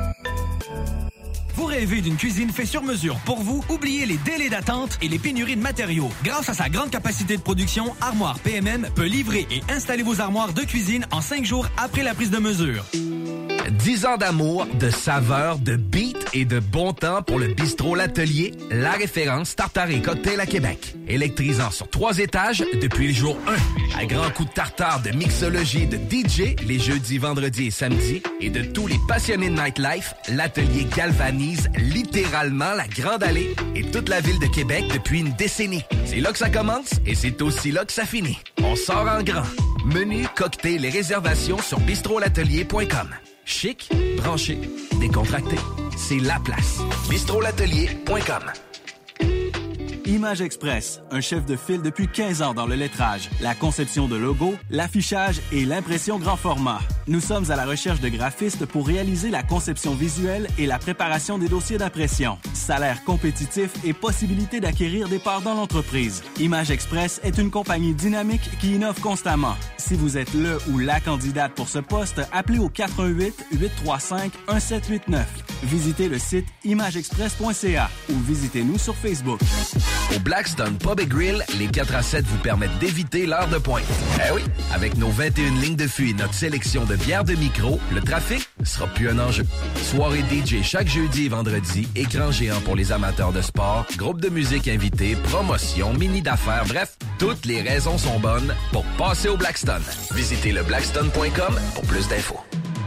Vous rêvez d'une cuisine faite sur mesure pour vous? Oubliez les délais d'attente et les pénuries de matériaux. Grâce à sa grande capacité de production, Armoire PMM peut livrer et installer vos armoires de cuisine en 5 jours après la prise de mesure. 10 ans d'amour, de saveur, de beat et de bon temps pour le bistrot L'Atelier, la référence tartare et cocktail à Québec. Électrisant sur 3 étages depuis le jour 1. À grands coups de tartare, de mixologie, de DJ, les jeudis, vendredis et samedis, et de tous les passionnés de nightlife, L'Atelier galvanise littéralement la Grande Allée et toute la ville de Québec depuis une décennie. C'est là que ça commence et c'est aussi là que ça finit. On sort en grand. Menu, cocktail et réservations sur bistrolatelier.com. Chic, branché, décontracté. C'est la place. bistrolatelier.com. Image Express, un chef de file depuis 15 ans dans le lettrage, la conception de logos, l'affichage et l'impression grand format. Nous sommes à la recherche de graphistes pour réaliser la conception visuelle et la préparation des dossiers d'impression. Salaire compétitif et possibilité d'acquérir des parts dans l'entreprise. Image Express est une compagnie dynamique qui innove constamment. Si vous êtes le ou la candidate pour ce poste, appelez au 418-835-1789. Visitez le site imageexpress.ca ou visitez-nous sur Facebook. Au Blackstone Pub & Grill, les 4 à 7 vous permettent d'éviter l'heure de pointe. Eh oui! Avec nos 21 lignes de fût et notre sélection de bières de micro, le trafic sera plus un enjeu. Soirée DJ chaque jeudi et vendredi, écran géant pour les amateurs de sport, groupe de musique invité, promotion, mini d'affaires, bref, toutes les raisons sont bonnes pour passer au Blackstone. Visitez le blackstone.com pour plus d'infos.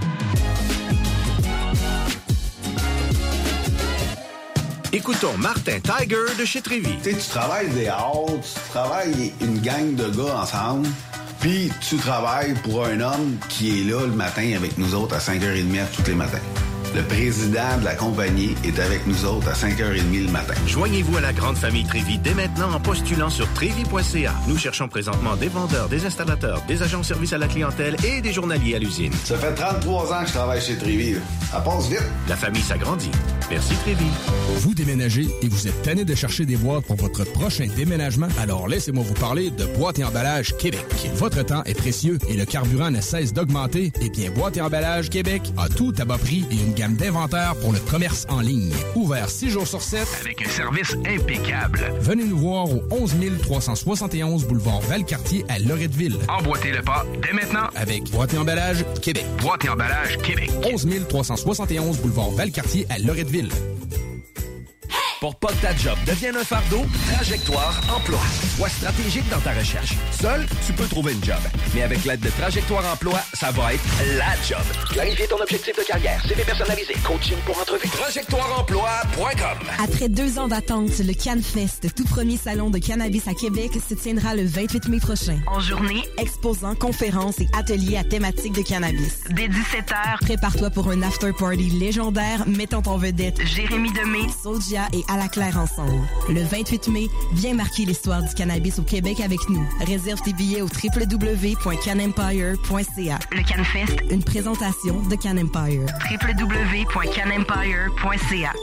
Écoutons Martin Tiger de chez Trévy. Tu sais, tu travailles des heures, tu travailles une gang de gars ensemble, puis tu travailles pour un homme qui est là le matin avec nous autres à 5h30 tous les matins. Le président de la compagnie est avec nous autres à 5h30 le matin. Joignez-vous à la grande famille Trévy dès maintenant en postulant sur trévy.ca. Nous cherchons présentement des vendeurs, des installateurs, des agents de service à la clientèle et des journaliers à l'usine. Ça fait 33 ans que je travaille chez Trévy. Ça passe vite. La famille s'agrandit. Merci Trévy. Vous déménagez et vous êtes tanné de chercher des boîtes pour votre prochain déménagement? Alors laissez-moi vous parler de Boîte et Emballage Québec. Votre temps est précieux et le carburant ne cesse d'augmenter. Eh bien, Boîte et Emballage Québec a tout à bas prix et une gamme d'inventaire pour le commerce en ligne. Ouvert 6 jours sur 7 avec un service impeccable. Venez nous voir au 11 371 boulevard Valcartier à Loretteville. Emboîtez le pas dès maintenant avec Boîte et Emballage Québec. Boîte et Emballage Québec. 11 371 boulevard Valcartier à Loretteville. Pour pas que ta job devienne un fardeau, Trajectoire Emploi. Sois stratégique dans ta recherche. Seul, tu peux trouver une job. Mais avec l'aide de Trajectoire Emploi, ça va être la job. Clarifier ton objectif de carrière, CV personnalisé, coaching pour entrevue. TrajectoireEmploi.com. Après 2 ans d'attente, le CanFest, tout premier salon de cannabis à Québec, se tiendra le 28 mai prochain. En journée, exposants, conférences et ateliers à thématique de cannabis. Dès 17h, prépare-toi pour un after-party légendaire mettant en vedette Jérémy Demé, Soulja et à la claire ensemble. Le 28 mai, viens marquer l'histoire du cannabis au Québec avec nous. Réserve tes billets au www.canempire.ca. Le CanFest, une présentation de Can Empire. www.canempire.ca.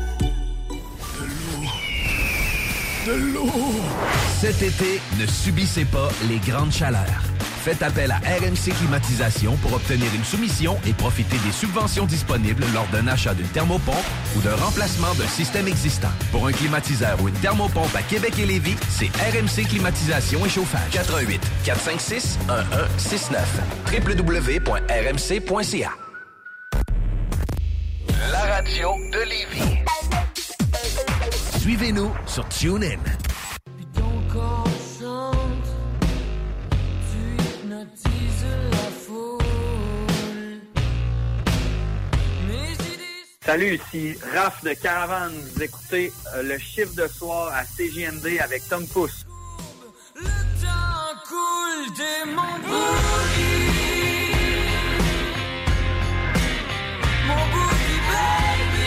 De l'eau! Cet été, ne subissez pas les grandes chaleurs. Faites appel à RMC Climatisation pour obtenir une soumission et profiter des subventions disponibles lors d'un achat d'une thermopompe ou d'un remplacement d'un système existant. Pour un climatiseur ou une thermopompe à Québec et Lévis, c'est RMC Climatisation et Chauffage. 88 456 1169 www.rmc.ca. La radio de Lévis. Suivez-nous sur TuneIn. Ton corps chante, tu hypnotises la foule. Salut, ici Raph de Caravane. Vous écoutez le chiffre de soir à CJMD avec Tom Pousse. Le temps coule dès mon boogie. Mon boogie baby.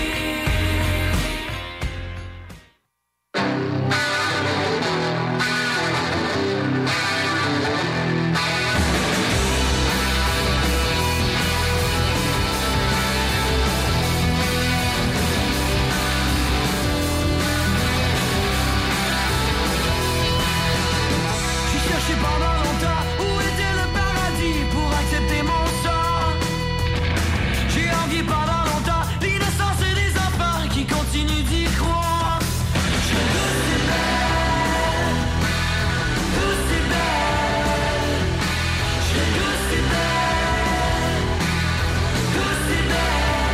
Pendant longtemps, où était le paradis pour accepter mon sort? J'ai envié pendant longtemps l'innocence des enfants qui continuent d'y croire. Je tous c'est belle, tous c'est belle. Je tous c'est belle, tous c'est belle.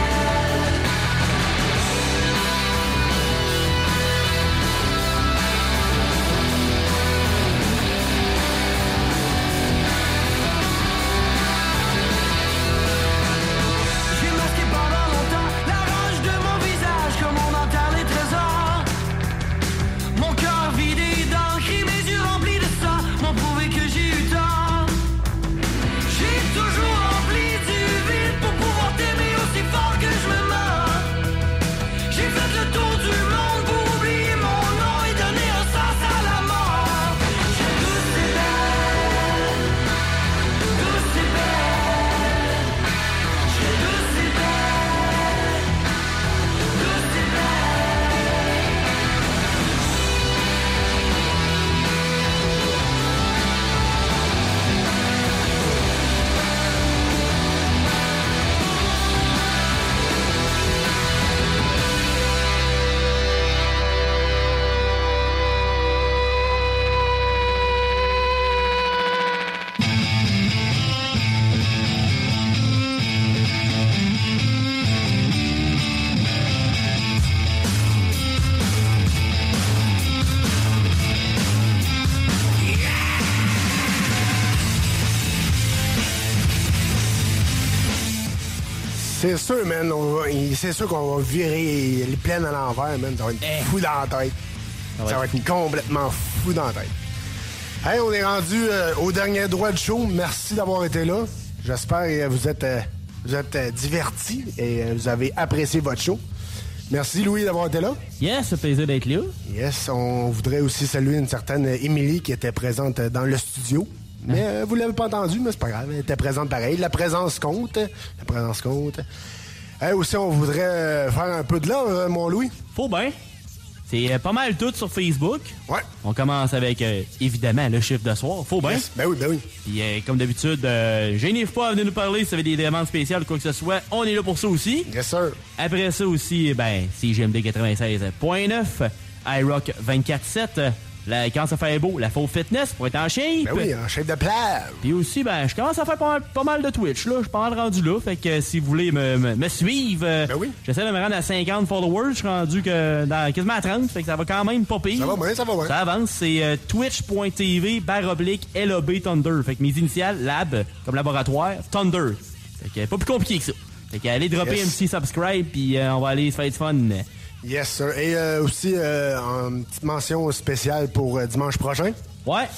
C'est sûr, man. C'est sûr qu'on va virer les plaines à l'envers, man. Ça va être fou dans la tête. Ça va être complètement fou dans la tête. Hey, on est rendu au dernier droit du show. Merci d'avoir été là. J'espère que vous êtes divertis et vous avez apprécié votre show. Merci, Louis, d'avoir été là. Yes, c'est plaisir d'être là. Yes, on voudrait aussi saluer une certaine Émilie qui était présente dans le studio. Mais vous l'avez pas entendu, mais c'est pas grave. Elle était présente pareil. La présence compte. La présence compte. Aussi, on voudrait faire un peu de love, mon Louis. Faut bien. C'est pas mal tout sur Facebook. Ouais. On commence avec, évidemment, le chiffre de soir. Faut bien. Yes. Ben oui, ben oui. Puis, comme d'habitude, gênez pas à venir nous parler si vous avez des demandes spéciales ou quoi que ce soit. On est là pour ça aussi. Yes, sir. Après ça aussi, CJMD 96.9, iRock 24.7. Quand ça fait beau, la Faux Fitness pour être en shape. Ben oui, en shape de plage. Puis aussi, je commence à faire pas mal de Twitch, là. Je suis pas mal rendu là. Fait que si vous voulez me suivre, j'essaie de me rendre à 50 followers. Je suis rendu quasiment à 30. Fait que ça va quand même pas pire. Ça va bien, ça va bien. Ça avance. C'est twitch.tv/LAB Thunder. Fait que mes initiales, lab, comme laboratoire, Thunder. Fait que pas plus compliqué que ça. Fait que allez dropper un petit subscribe, puis on va aller se faire du fun. Yes, sir. Et aussi, une petite mention spéciale pour dimanche prochain. Ouais.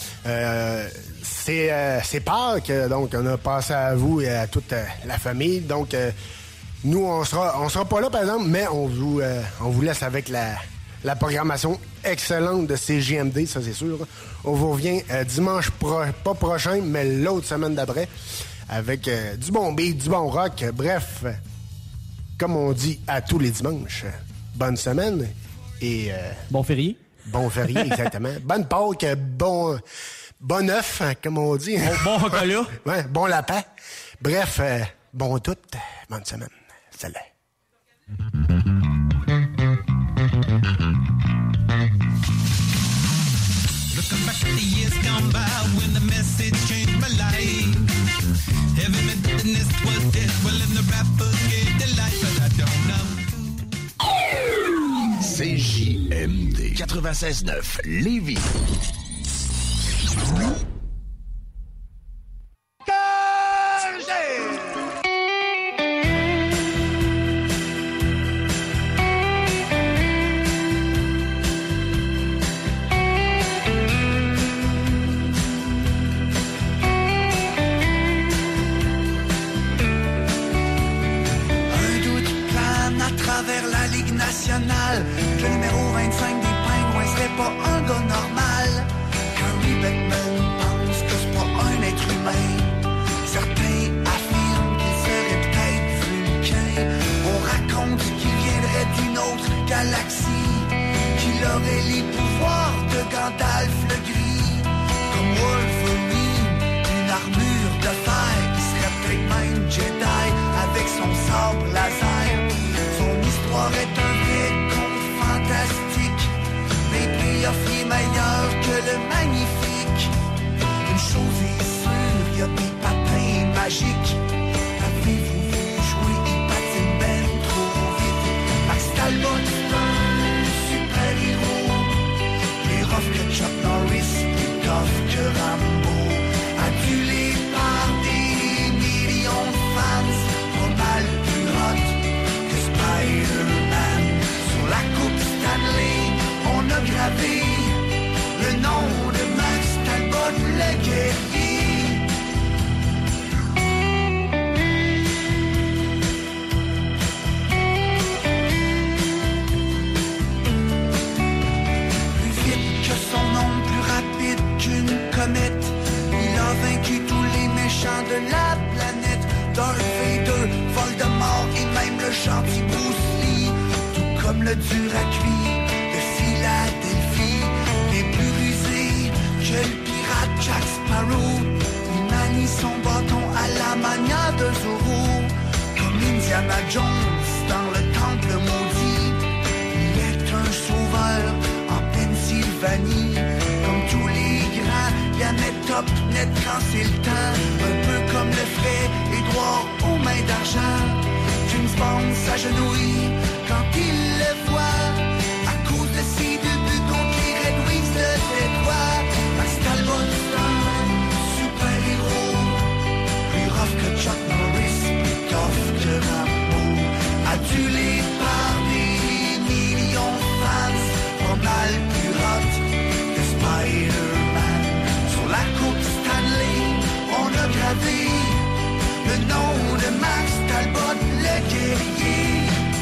C'est Pâques, donc on a passé à vous et à toute la famille. Donc, Nous, on sera pas là, par exemple, mais on vous laisse avec la programmation excellente de CJMD, ça c'est sûr. On vous revient dimanche, pas prochain, mais l'autre semaine d'après, avec du bon beat, du bon rock. Bref, comme on dit à tous les dimanches, bonne semaine et... bon férié. Bon férié, exactement. Bonne Pâques, bon œuf, comme on dit. Bon chocolat. Ouais, bon lapin. Bref, bon tout, bonne semaine. Salut. Looking back at the years gone by when the message changed my life. Heavy metalness was dead, well and the rappers gave the life, but I don't know. CJMD 96.9 Lévis. Que le numéro 25 des Pingouins serait pas un gars normal. Harry Beckman pense que c'est pas un être humain. Certains affirment qu'il serait peut-être vulcain. On raconte qu'il viendrait d'une autre galaxie, qu'il aurait les pouvoirs de Gandalf le Gris. Comme Wolverine, une armure de fer, qui serait peut-être même Jedi avec son sabre laser. Son histoire est un vrai conte fantastique, mais Prioff est meilleur que le magnifique. Une chose est sûre, y a des patins magiques. Avez-vous vu jouer, il patine ben trop vite. Max Talbot, un super-héros, plus rough que Chuck Norris, plus tough que Rambo. Adulé par des millions de fans, pas mal plus hot que Spider-Man. Sur la coupe Stanley, on a gravé le nom de Max Talbot, le guerrier. Plus vite que son nom, plus rapide qu'une comète, il a vaincu tous les méchants de la planète. Darth Vader, Voldemort et même le gentil Bruce Lee. Tout comme le dur à cuire de Philadelphie. Les plus rusés que le pirate Jack Sparrow. Il manie son bâton à la manière de Zorro. Comme Indiana Jones dans le temple maudit. Il est un sauveur en Pennsylvanie. Comme tous les grands, il a met top net quand c'est le temps. Un peu comme le ferait Édouard aux mains d'argent. James Bond s'agenouille quand il le voit. À cause de ses deux buts contre les Red Wings de Détroit. Max Talbot, un super-héros, plus rough que Chuck Norris, plus tough que Rambo. Adulé par des millions de fans, pas mal plus hot que Spider-Man. Sur la coupe Stanley, on a gravé le nom de Max Talbot, le guerrier.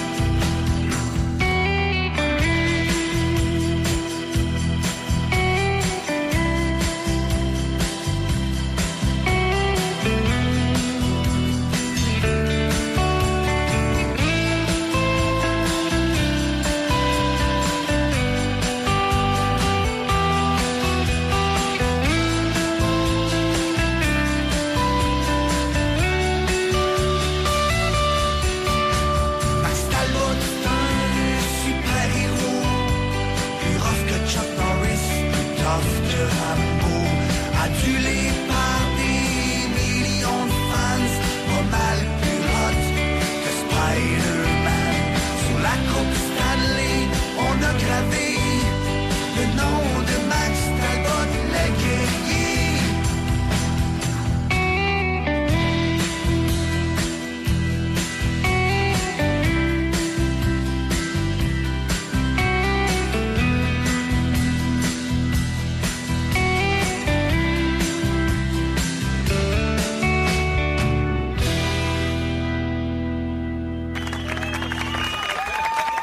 Adulé par des millions de fans, pas mal plus hot que Spider-Man. Sur la coupe Stanley, on a gravé le nom de Max Talbot, le guerrier.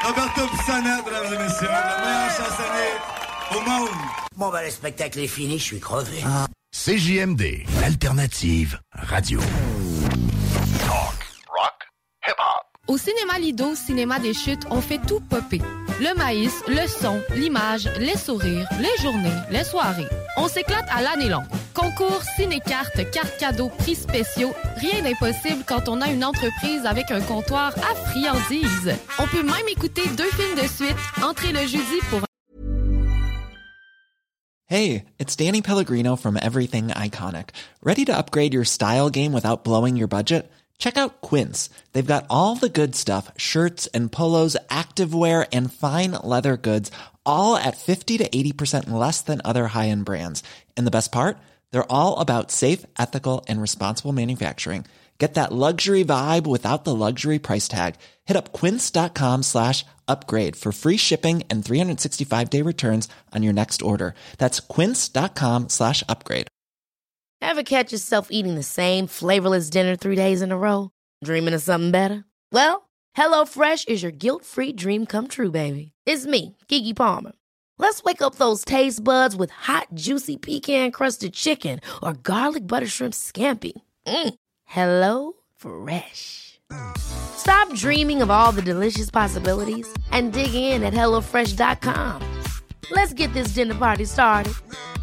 Roberto Pissonnette, mesdames et messieurs, le meilleur chansonnier au monde. Bon, ben, le spectacle est fini, je suis crevé. CJMD, l'alternative radio. Au Cinéma Lido, Cinéma des Chutes, on fait tout popper. Le maïs, le son, l'image, les sourires, les journées, les soirées. On s'éclate à l'année longue. Concours, ciné-cartes, cartes cadeaux, prix spéciaux. Rien d'impossible quand on a une entreprise avec un comptoir à friandises. On peut même écouter 2 films de suite. Entrez le jeudi pour... Hey, it's Danny Pellegrino from Everything Iconic. Ready to upgrade your style game without blowing your budget? Check out Quince. They've got all the good stuff, shirts and polos, activewear, and fine leather goods, all at 50 to 80% less than other high-end brands. And the best part? They're all about safe, ethical, and responsible manufacturing. Get that luxury vibe without the luxury price tag. Hit up quince.com/upgrade for free shipping and 365-day returns on your next order. That's quince.com/upgrade. Ever catch yourself eating the same flavorless dinner 3 days in a row? Dreaming of something better? Well, HelloFresh is your guilt-free dream come true, baby. It's me, Keke Palmer. Let's wake up those taste buds with hot, juicy pecan-crusted chicken or garlic butter shrimp scampi. Hello Fresh. Stop dreaming of all the delicious possibilities and dig in at HelloFresh.com. Let's get this dinner party started.